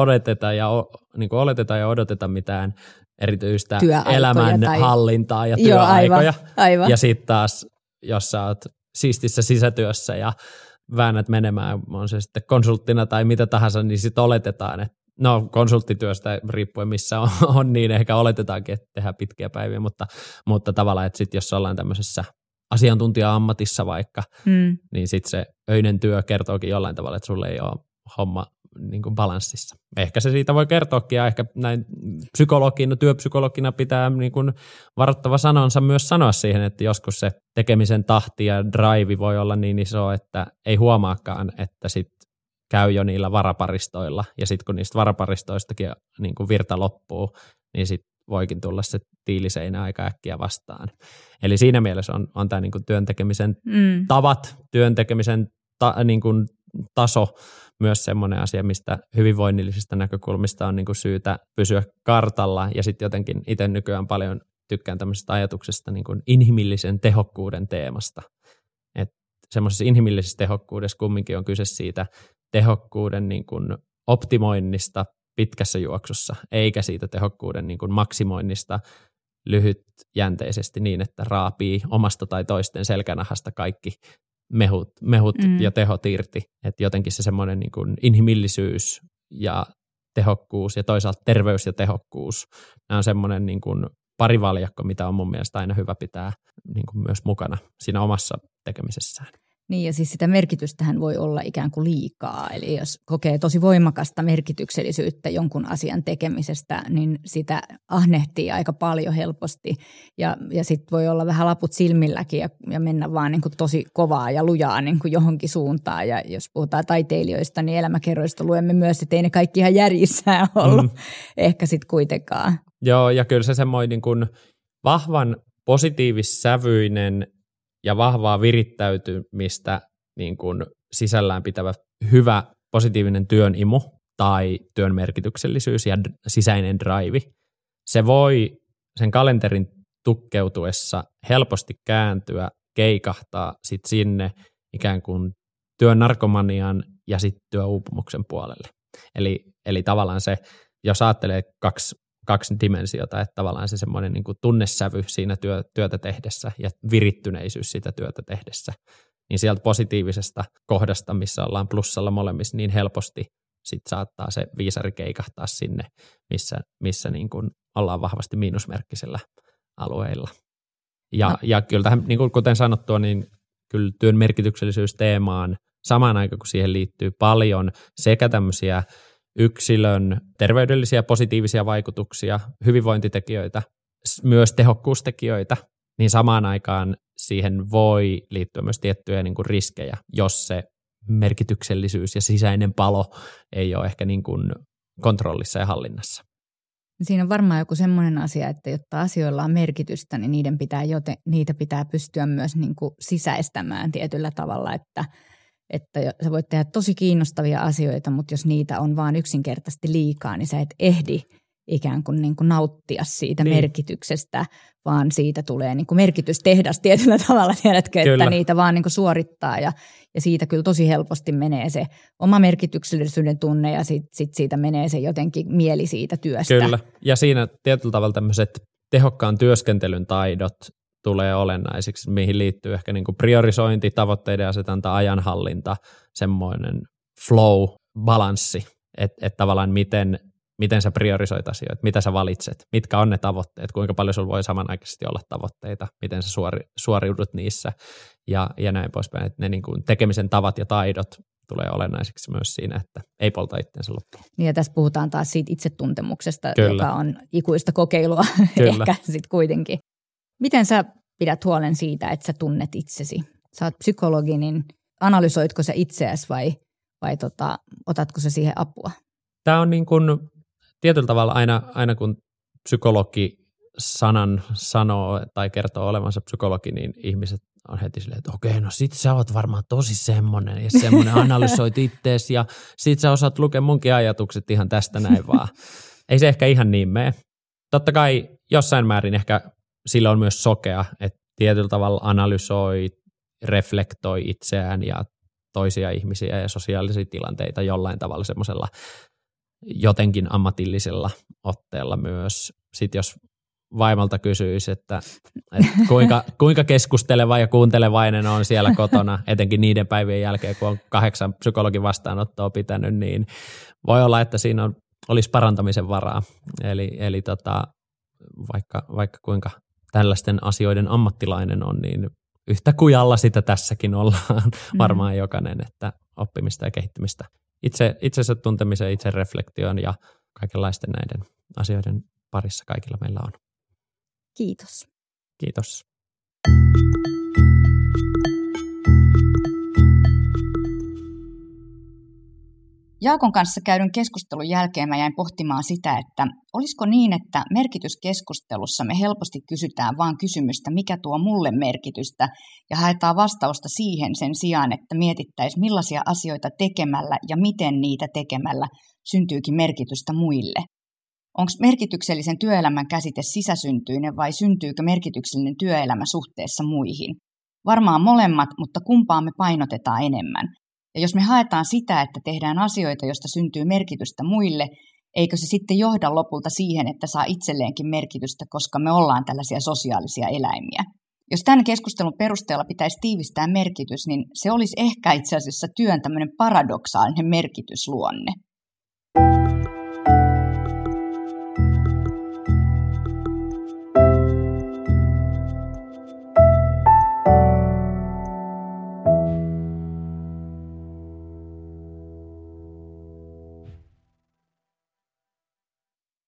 oleteta ja odoteta mitään erityistä elämänhallintaa ja työaikoja. Aivan. Ja sitten taas, jos sä oot siistissä sisätyössä ja väännät menemään, on se sitten konsulttina tai mitä tahansa, niin sitten oletetaan, että konsulttityöstä riippuen missä on niin ehkä oletetaankin, että tehdään pitkiä päiviä, mutta tavallaan, että sitten jos ollaan tämmöisessä asiantuntija-ammatissa vaikka, niin sitten se öinen työ kertookin jollain tavalla, että sulle ei ole homma niin kuin balanssissa. Ehkä se siitä voi kertoakin ja ehkä näin työpsykologina pitää niin kuin varoittava sanonsa myös sanoa siihen, että joskus se tekemisen tahti ja drive voi olla niin iso, että ei huomaakaan, että sitten käy jo niillä varaparistoilla ja sitten kun niistä varaparistoistakin niin kuin virta loppuu, niin sitten voikin tulla se tiiliseinä aika äkkiä vastaan. Eli siinä mielessä on tämä niin kuin työn tekemisen tavat, työn tekemisen niin kuin taso myös semmoinen asia, mistä hyvinvoinnillisista näkökulmista on niin kuin syytä pysyä kartalla ja sitten jotenkin itse nykyään paljon tykkään tämmöisestä ajatuksesta niin kuin inhimillisen tehokkuuden teemasta. Että semmoisessa inhimillisessä tehokkuudessa kumminkin on kyse siitä tehokkuuden niin kuin optimoinnista pitkässä juoksussa, eikä siitä tehokkuuden niin kuin maksimoinnista lyhytjänteisesti niin, että raapii omasta tai toisten selkänahasta kaikki mehut ja tehot irti. Että jotenkin se semmoinen niin kuin inhimillisyys ja tehokkuus ja toisaalta terveys ja tehokkuus, nämä on semmoinen niin kuin parivaljakko, mitä on mun mielestä aina hyvä pitää niin kuin myös mukana siinä omassa tekemisessään. Niin ja siis sitä merkitystähän voi olla ikään kuin liikaa, eli jos kokee tosi voimakasta merkityksellisyyttä jonkun asian tekemisestä, niin sitä ahnehtii aika paljon helposti ja sitten voi olla vähän laput silmilläkin ja mennä vaan niin kuin tosi kovaa ja lujaa niin kuin johonkin suuntaan ja jos puhutaan taiteilijoista, niin elämäkerroista luemme myös, että ei ne kaikki ihan järjissään ollut ehkä sitten kuitenkaan. Joo ja kyllä se semmoinen niin kuin vahvan positiivissävyinen ja vahvaa virittäytymistä niin kuin sisällään pitävä hyvä positiivinen työn imu tai työn merkityksellisyys ja sisäinen drive, se voi sen kalenterin tukkeutuessa helposti kääntyä, keikahtaa sit sinne ikään kuin työn narkomanian ja sitten työuupumuksen puolelle. Eli tavallaan se, jos ajattelee kaksi dimensiota, että tavallaan se semmoinen niin kuin tunnesävy siinä työtä tehdessä ja virittyneisyys sitä työtä tehdessä, niin sieltä positiivisesta kohdasta, missä ollaan plussalla molemmissa, niin helposti sit saattaa se viisari keikahtaa sinne, missä niin kuin ollaan vahvasti miinusmerkkisellä alueilla. Ja kyllä tähän, niin kuin kuten sanottua, niin kyllä työn merkityksellisyysteemaan samaan aikaan, kun siihen liittyy paljon sekä tämmöisiä yksilön terveydellisiä positiivisia vaikutuksia, hyvinvointitekijöitä, myös tehokkuustekijöitä, niin samaan aikaan siihen voi liittyä myös tiettyjä niin kuin riskejä, jos se merkityksellisyys ja sisäinen palo ei ole ehkä niin kuin kontrollissa ja hallinnassa. Siinä on varmaan joku semmoinen asia, että jotta asioilla on merkitystä, niin niitä pitää pystyä myös niin kuin sisäistämään tietyllä tavalla, että sä voit tehdä tosi kiinnostavia asioita, mutta jos niitä on vaan yksinkertaisesti liikaa, niin sä et ehdi ikään kuin, nauttia siitä merkityksestä, vaan siitä tulee niin kuin merkitystehdas tietyllä tavalla, tiedätkö, että kyllä. Niitä vaan niin kuin suorittaa ja siitä kyllä tosi helposti menee se oma merkityksellisyyden tunne ja sit siitä menee se jotenkin mieli siitä työstä. Kyllä, ja siinä tietyllä tavalla tämmöiset tehokkaan työskentelyn taidot tulee olennaisiksi, mihin liittyy ehkä niin kuin priorisointi, tavoitteiden asetanta, ajanhallinta, semmoinen flow-balanssi, että tavallaan miten sä priorisoit asioita, mitä sä valitset, mitkä on ne tavoitteet, kuinka paljon sulla voi samanaikaisesti olla tavoitteita, miten sä suoriudut niissä ja näin poispäin. Että ne niin kuin tekemisen tavat ja taidot tulee olennaisiksi myös siinä, että ei polta itseensä loppuun. Niin ja tässä puhutaan taas siitä itsetuntemuksesta, Kyllä. joka on ikuista kokeilua ehkä sitten kuitenkin. Miten sä pidät huolen siitä, että sä tunnet itsesi? Sä oot psykologi, niin analysoitko sä itseäsi vai otatko sä siihen apua? Tämä on niin kuin tietyllä tavalla aina kun psykologi sanan sanoo tai kertoo olevansa psykologi, niin ihmiset on heti silleen, että okei, no sit sä oot varmaan tosi semmoinen ja semmoinen analysoit ittees ja sit sä osaat lukea munkin ajatukset ihan tästä näin vaan. Ei se ehkä ihan niin mene. Totta kai jossain määrin ehkä sillä on myös sokea, että tietyllä tavalla analysoi, reflektoi itseään ja toisia ihmisiä ja sosiaalisia tilanteita jollain tavalla semmoisella jotenkin ammatillisella otteella myös. Sitten jos vaimolta kysyisi, että kuinka keskusteleva ja kuuntelevainen on siellä kotona, etenkin niiden päivien jälkeen, kun on 8 psykologin vastaanottoa pitänyt, niin voi olla, että siinä olisi parantamisen varaa. Eli vaikka kuinka tällaisten asioiden ammattilainen on, niin yhtä kujalla sitä tässäkin ollaan varmaan jokainen, että oppimista ja kehittymistä. Itsensä tuntemisen, itse reflektion ja kaikenlaisten näiden asioiden parissa kaikilla meillä on. Kiitos. Kiitos. Jaakon kanssa käydyn keskustelun jälkeen mä jäin pohtimaan sitä, että olisiko niin, että merkityskeskustelussa me helposti kysytään vaan kysymystä, mikä tuo mulle merkitystä, ja haetaan vastausta siihen sen sijaan, että mietittäisiin millaisia asioita tekemällä ja miten niitä tekemällä syntyykin merkitystä muille. Onko merkityksellisen työelämän käsite sisäsyntyinen vai syntyykö merkityksellinen työelämä suhteessa muihin? Varmaan molemmat, mutta kumpaa me painotetaan enemmän. Ja jos me haetaan sitä, että tehdään asioita, joista syntyy merkitystä muille, eikö se sitten johda lopulta siihen, että saa itselleenkin merkitystä, koska me ollaan tällaisia sosiaalisia eläimiä? Jos tämän keskustelun perusteella pitäisi tiivistää merkitys, niin se olisi ehkä itse asiassa työn tämmöinen paradoksaalinen merkitysluonne.